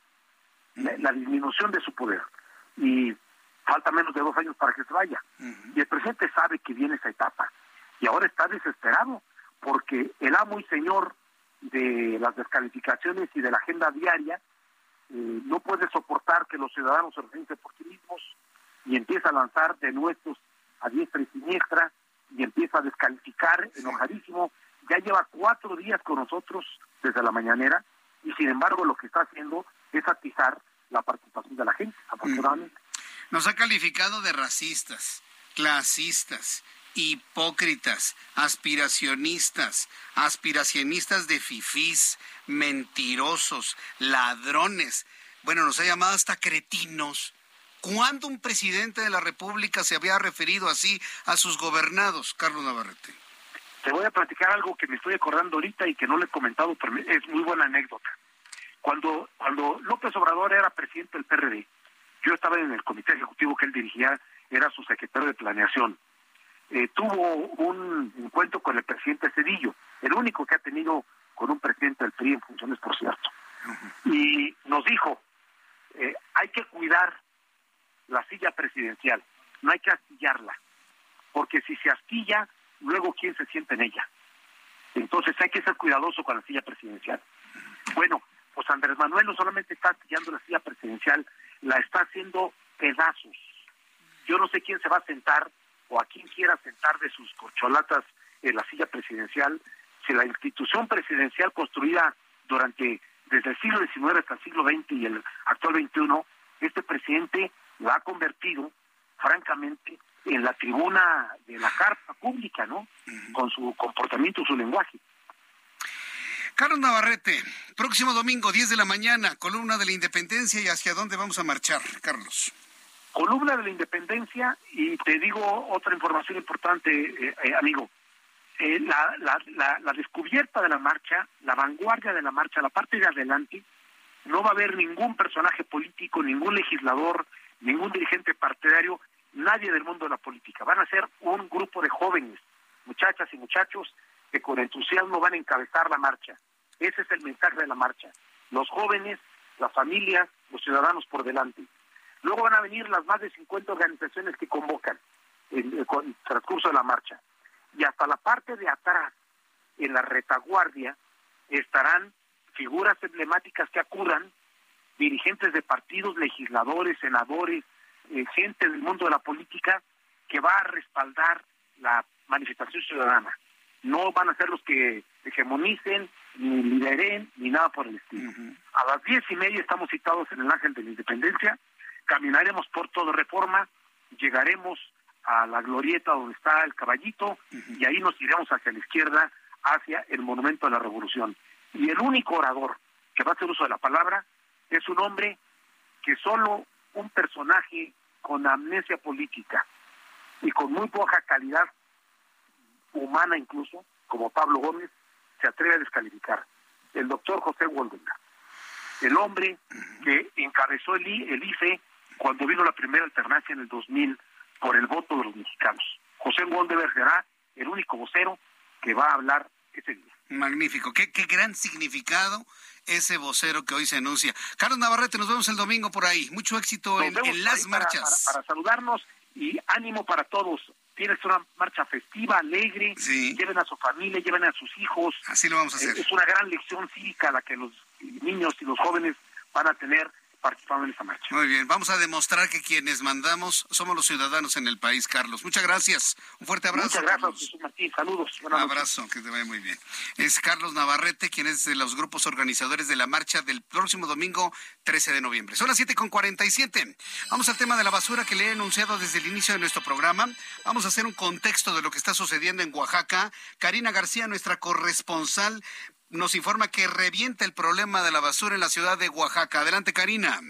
la, la disminución de su poder, y falta menos de dos años para que se vaya. Uh-huh. Y el presidente sabe que viene esa etapa, y ahora está desesperado, porque el amo y señor de las descalificaciones y de la agenda diaria eh, no puede soportar que los ciudadanos se organicen por sí mismos, y empieza a lanzar denuestos a diestra y siniestra, y empieza a descalificar, enojadísimo. Ya lleva cuatro días con nosotros desde la mañanera, y sin embargo lo que está haciendo es atizar la participación de la gente, afortunadamente. Nos ha calificado de racistas, clasistas, hipócritas, aspiracionistas, aspiracionistas de fifís, mentirosos, ladrones. Bueno, nos ha llamado hasta cretinos. ¿Cuándo un presidente de la República se había referido así a sus gobernados, Carlos Navarrete? Te voy a platicar algo que me estoy acordando ahorita y que no le he comentado, pero es muy buena anécdota. Cuando, cuando López Obrador era presidente del P R D, yo estaba en el comité ejecutivo que él dirigía, era su secretario de planeación. Eh, tuvo un encuentro con el presidente Zedillo, el único que ha tenido con un presidente del P R I en funciones, por cierto. Uh-huh. Y nos dijo, eh, hay que cuidar la silla presidencial, no hay que astillarla, porque si se astilla, luego ¿quién se siente en ella? Entonces hay que ser cuidadoso con la silla presidencial. Bueno, pues Andrés Manuel no solamente está astillando la silla presidencial, la está haciendo pedazos. Yo no sé quién se va a sentar o a quién quiera sentar de sus corcholatas en la silla presidencial, si la institución presidencial construida durante desde el siglo diecinueve hasta el siglo veinte y el actual veintiuno, este presidente la ha convertido, francamente, en la tribuna de la carta pública, ¿no? Uh-huh. Con su comportamiento, su lenguaje. Carlos Navarrete, próximo domingo, diez de la mañana, columna de la Independencia, ¿y hacia dónde vamos a marchar, Carlos? Columna de la Independencia, y te digo otra información importante, eh, eh, amigo. Eh, la, la, la, la descubierta de la marcha, la vanguardia de la marcha, la parte de adelante, no va a haber ningún personaje político, ningún legislador, ningún dirigente partidario, nadie del mundo de la política. Van a ser un grupo de jóvenes, muchachas y muchachos, que con entusiasmo van a encabezar la marcha. Ese es el mensaje de la marcha. Los jóvenes, las familias, los ciudadanos por delante. Luego van a venir las más de cincuenta organizaciones que convocan en el transcurso de la marcha. Y hasta la parte de atrás, en la retaguardia, estarán figuras emblemáticas que acudan, dirigentes de partidos, legisladores, senadores, eh, gente del mundo de la política, que va a respaldar la manifestación ciudadana. No van a ser los que hegemonicen, ni lideren, ni nada por el estilo. Uh-huh. A las diez y media estamos citados en el Ángel de la Independencia, caminaremos por toda Reforma, llegaremos a la glorieta donde está el Caballito, uh-huh. y ahí nos iremos hacia la izquierda, hacia el Monumento de la Revolución. Y el único orador que va a hacer uso de la palabra es un hombre que solo un personaje con amnesia política y con muy poca calidad humana incluso, como Pablo Gómez, se atreve a descalificar. El doctor José Woldenberg, el hombre que encabezó el, I, el I F E cuando vino la primera alternancia en el dos mil por el voto de los mexicanos. José Woldenberg será el único vocero que va a hablar ese día. Magnífico, qué, qué gran significado ese vocero que hoy se anuncia. Carlos Navarrete, nos vemos el domingo por ahí. Mucho éxito en, en las marchas. Para, para, para saludarnos y ánimo para todos. Tienes una marcha festiva, alegre, sí. Lleven a su familia, lleven a sus hijos. Así lo vamos a hacer. Es una gran lección cívica la que los niños y los jóvenes van a tener participando en esta marcha. Muy bien, vamos a demostrar que quienes mandamos somos los ciudadanos en el país, Carlos. Muchas gracias. Un fuerte abrazo. Muchas gracias, Carlos. Jesús Martín. Saludos. Un abrazo, que te vaya muy bien. Es Carlos Navarrete, quien es de los grupos organizadores de la marcha del próximo domingo trece de noviembre. Son las siete con cuarenta y siete. Vamos al tema de la basura que le he anunciado desde el inicio de nuestro programa. Vamos a hacer un contexto de lo que está sucediendo en Oaxaca. Karina García, nuestra corresponsal, nos informa que revienta el problema de la basura en la ciudad de Oaxaca. Adelante, Karina.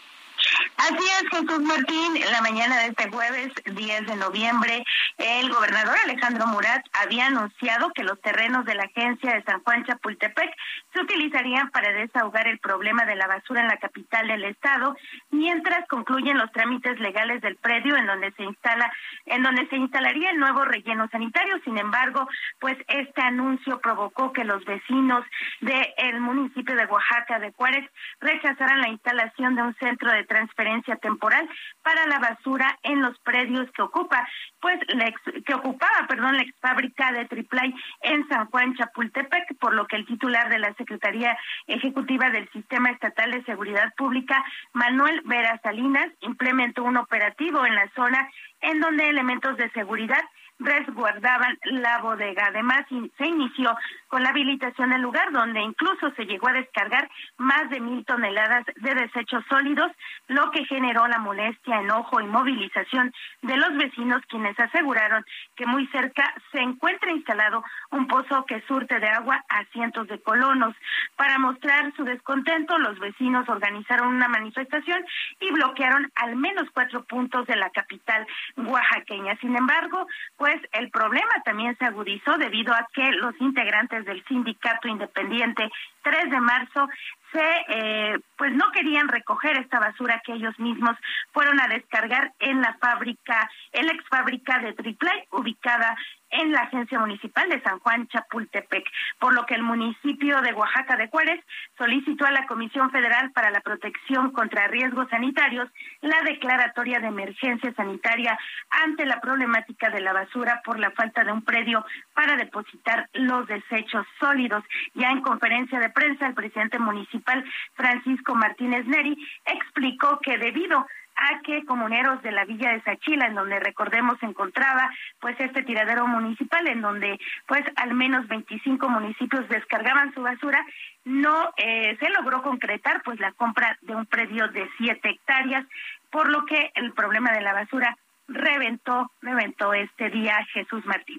Así es, Jesús Martín. La mañana de este jueves, diez de noviembre, el gobernador Alejandro Murat había anunciado que los terrenos de la agencia de San Juan Chapultepec se utilizarían para desahogar el problema de la basura en la capital del estado, mientras concluyen los trámites legales del predio en donde se instala, en donde se instalaría el nuevo relleno sanitario. Sin embargo, pues este anuncio provocó que los vecinos del municipio de Oaxaca de Juárez rechazaran la instalación de un centro de transferencia temporal para la basura en los predios que ocupa, pues la ex, que ocupaba, perdón, la ex fábrica de Triplay en San Juan Chapultepec, por lo que el titular de la Secretaría Ejecutiva del Sistema Estatal de Seguridad Pública, Manuel Vera Salinas, implementó un operativo en la zona en donde elementos de seguridad resguardaban la bodega. Además, se inició con la habilitación del lugar, donde incluso se llegó a descargar más de mil toneladas de desechos sólidos, lo que generó la molestia, enojo y movilización de los vecinos, quienes aseguraron que muy cerca se encuentra instalado un pozo que surte de agua a cientos de colonos. Para mostrar su descontento, los vecinos organizaron una manifestación y bloquearon al menos cuatro puntos de la capital oaxaqueña. Sin embargo, pues el problema también se agudizó debido a que los integrantes del sindicato independiente tres de marzo se eh, pues no querían recoger esta basura que ellos mismos fueron a descargar en la fábrica, en la ex fábrica de Triplay, ubicada en la Agencia Municipal de San Juan Chapultepec, por lo que el municipio de Oaxaca de Juárez solicitó a la Comisión Federal para la Protección contra Riesgos Sanitarios la declaratoria de emergencia sanitaria ante la problemática de la basura por la falta de un predio para depositar los desechos sólidos. Ya en conferencia de prensa, el presidente municipal, Francisco Martínez Neri, explicó que debido a que comuneros de la villa de Sachila, en donde recordemos se encontraba pues este tiradero municipal, en donde pues al menos veinticinco municipios descargaban su basura, no eh, se logró concretar pues la compra de un predio de siete hectáreas, por lo que el problema de la basura reventó, reventó este día, Jesús Martín.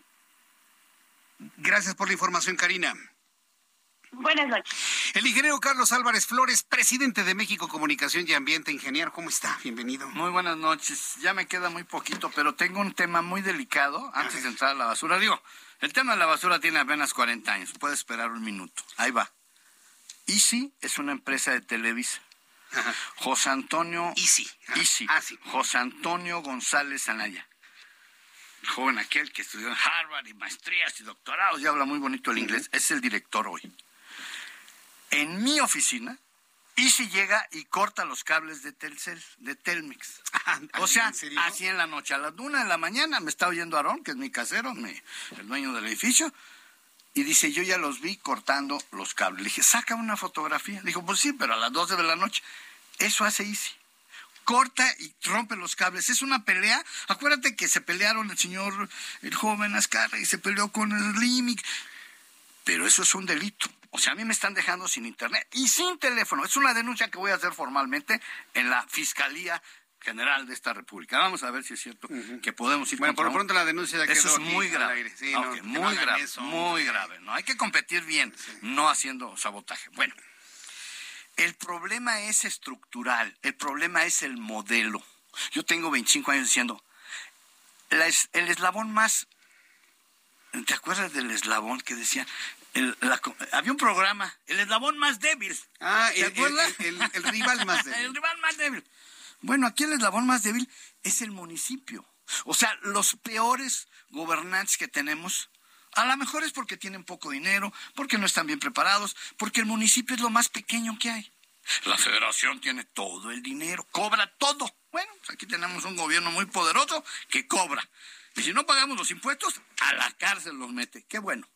Gracias por la información, Karina. Buenas noches. El ingeniero Carlos Álvarez Flores, presidente de México Comunicación y Ambiente. Ingeniero, ¿cómo está? Bienvenido. Muy buenas noches. Ya me queda muy poquito, pero tengo un tema muy delicado antes de entrar a la basura. Digo, el tema de la basura tiene apenas cuarenta años. Puede esperar un minuto. Ahí va. Easy es una empresa de Televisa. Ajá. José Antonio... Easy. Ah. Easy. Ah, sí. José Antonio González Anaya. El joven aquel que estudió en Harvard y maestrías y doctorados y habla muy bonito el inglés. Uh-huh. Es el director hoy. En mi oficina, Easy llega y corta los cables de Telcel, de Telmex. O sea, ¿en así en la noche, a las una de la mañana, me está oyendo Aarón, que es mi casero, mi, el dueño del edificio, y dice, yo ya los vi cortando los cables. Le dije, saca una fotografía. Dijo, pues sí, pero a las doce de la noche. Eso hace Easy. Corta y rompe los cables. Es una pelea. Acuérdate que se pelearon el señor, el joven Azcárraga, y se peleó con el Limic. Pero eso es un delito. O sea, a mí me están dejando sin internet y sin teléfono. Es una denuncia que voy a hacer formalmente en la Fiscalía General de esta República. Vamos a ver si es cierto uh-huh. que podemos ir. Bueno, por lo pronto la denuncia ya quedó. Eso es muy grave. Sí, okay, no, muy grave, eso, muy sí. grave. No hay que competir bien, sí. no haciendo sabotaje. Bueno, el problema es estructural. El problema es el modelo. Yo tengo veinticinco años diciendo, la es, el eslabón más... ¿Te acuerdas del eslabón que decía? El, la, había un programa, el eslabón más débil. Ah, ¿te el, acuerdas? El, el, el rival más débil. El rival más débil. Bueno, aquí el eslabón más débil es el municipio. O sea, los peores gobernantes que tenemos, a lo mejor es porque tienen poco dinero, porque no están bien preparados, porque el municipio es lo más pequeño que hay. La federación tiene todo el dinero, cobra todo. Bueno, pues aquí tenemos un gobierno muy poderoso que cobra. Y si no pagamos los impuestos, a la cárcel los mete. Qué bueno.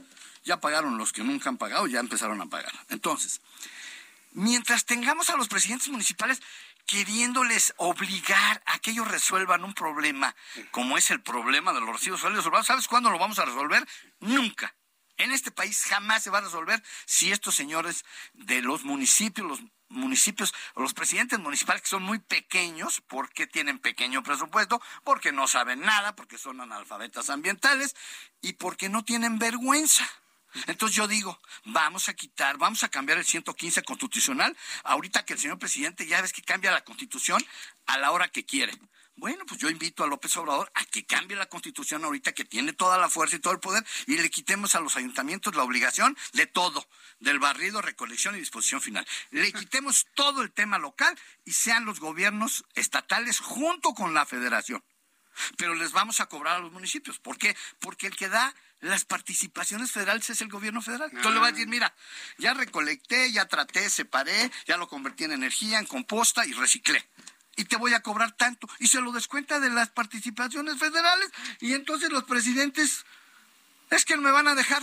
Ya pagaron los que nunca han pagado, ya empezaron a pagar. Entonces, mientras tengamos a los presidentes municipales queriéndoles obligar a que ellos resuelvan un problema, como es el problema de los residuos sólidos urbanos, ¿sabes cuándo lo vamos a resolver? Nunca. En este país jamás se va a resolver si estos señores de los municipios, los municipios, o los presidentes municipales que son muy pequeños, porque tienen pequeño presupuesto, porque no saben nada, porque son analfabetas ambientales y porque no tienen vergüenza. Entonces yo digo, vamos a quitar, vamos a cambiar el ciento quince constitucional, ahorita que el señor presidente ya ves que cambia la constitución a la hora que quiere. Bueno, pues yo invito a López Obrador a que cambie la Constitución ahorita que tiene toda la fuerza y todo el poder y le quitemos a los ayuntamientos la obligación de todo, del barrido, recolección y disposición final. Le quitemos todo el tema local y sean los gobiernos estatales junto con la federación. Pero les vamos a cobrar a los municipios. ¿Por qué? Porque el que da las participaciones federales es el gobierno federal. Entonces le va a decir, mira, ya recolecté, ya traté, separé, ya lo convertí en energía, en composta y reciclé. Y te voy a cobrar tanto. Y se lo descuenta de las participaciones federales. Y entonces los presidentes, es que me van a dejar.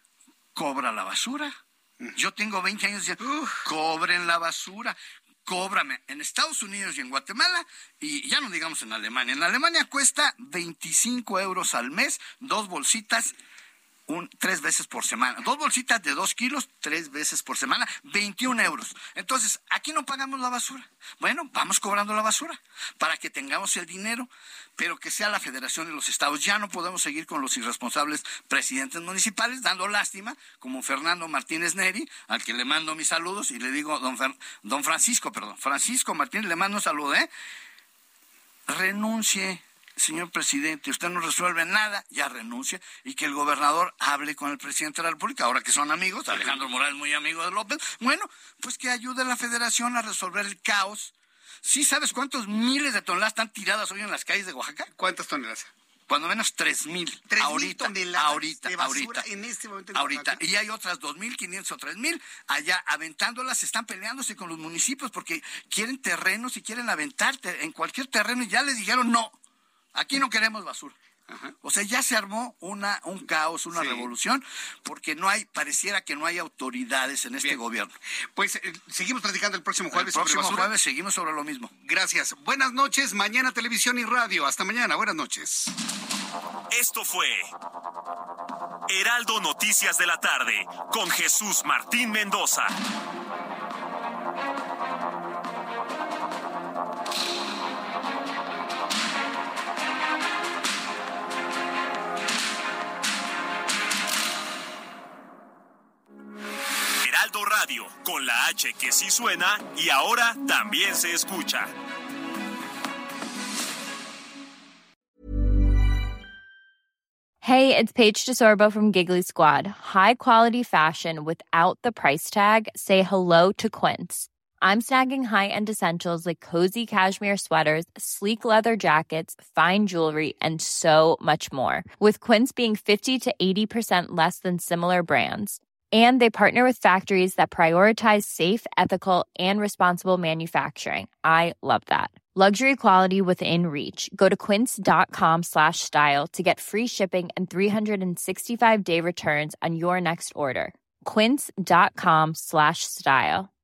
Cobra la basura. Yo tengo veinte años diciendo, uh, cobren la basura. Cóbrame en Estados Unidos y en Guatemala, y ya no digamos en Alemania. En Alemania cuesta veinticinco euros al mes, dos bolsitas, un, tres veces por semana. Dos bolsitas de dos kilos, tres veces por semana, veintiún euros. Entonces, aquí no pagamos la basura. Bueno, vamos cobrando la basura para que tengamos el dinero, pero que sea la federación y los estados. Ya no podemos seguir con los irresponsables presidentes municipales, dando lástima, como Fernando Martínez Neri, al que le mando mis saludos, y le digo, don, Fer, don Francisco, perdón, Francisco Martínez, le mando un saludo, ¿eh? Renuncie, señor presidente, usted no resuelve nada, ya renuncia, y que el gobernador hable con el presidente de la República, ahora que son amigos, Alejandro Morales muy amigo de López, bueno, pues que ayude a la federación a resolver el caos. ¿Sí sabes cuántos miles de toneladas están tiradas hoy en las calles de Oaxaca? ¿Cuántas toneladas? Cuando menos tres mil. Tres ahorita, mil toneladas ahorita, de basura ahorita, en este momento en ahorita. Oaxaca. Y hay otras dos mil quinientas o tres mil allá aventándolas, están peleándose con los municipios porque quieren terrenos y quieren aventarte en cualquier terreno y ya les dijeron no, aquí no queremos basura. Ajá. O sea, ya se armó una un caos, una sí. revolución, porque no hay, pareciera que no hay autoridades en este Bien. gobierno. Pues eh, seguimos platicando el próximo jueves. El próximo sobre basura. jueves seguimos sobre lo mismo. Gracias. Buenas noches. Mañana televisión y radio. Hasta mañana. Buenas noches. Esto fue Heraldo Noticias de la tarde con Jesús Martín Mendoza. Heraldo Radio, con la H que sí suena y ahora también se escucha. Hey, it's Paige DeSorbo from Giggly Squad. High quality fashion without the price tag. Say hello to Quince. I'm snagging high-end essentials like cozy cashmere sweaters, sleek leather jackets, fine jewelry, and so much more. With Quince being fifty to eighty percent less than similar brands. And they partner with factories that prioritize safe, ethical, and responsible manufacturing. I love that. Luxury quality within reach. Go to quince.com slash style to get free shipping and three sixty-five day returns on your next order. Quince.com slash style.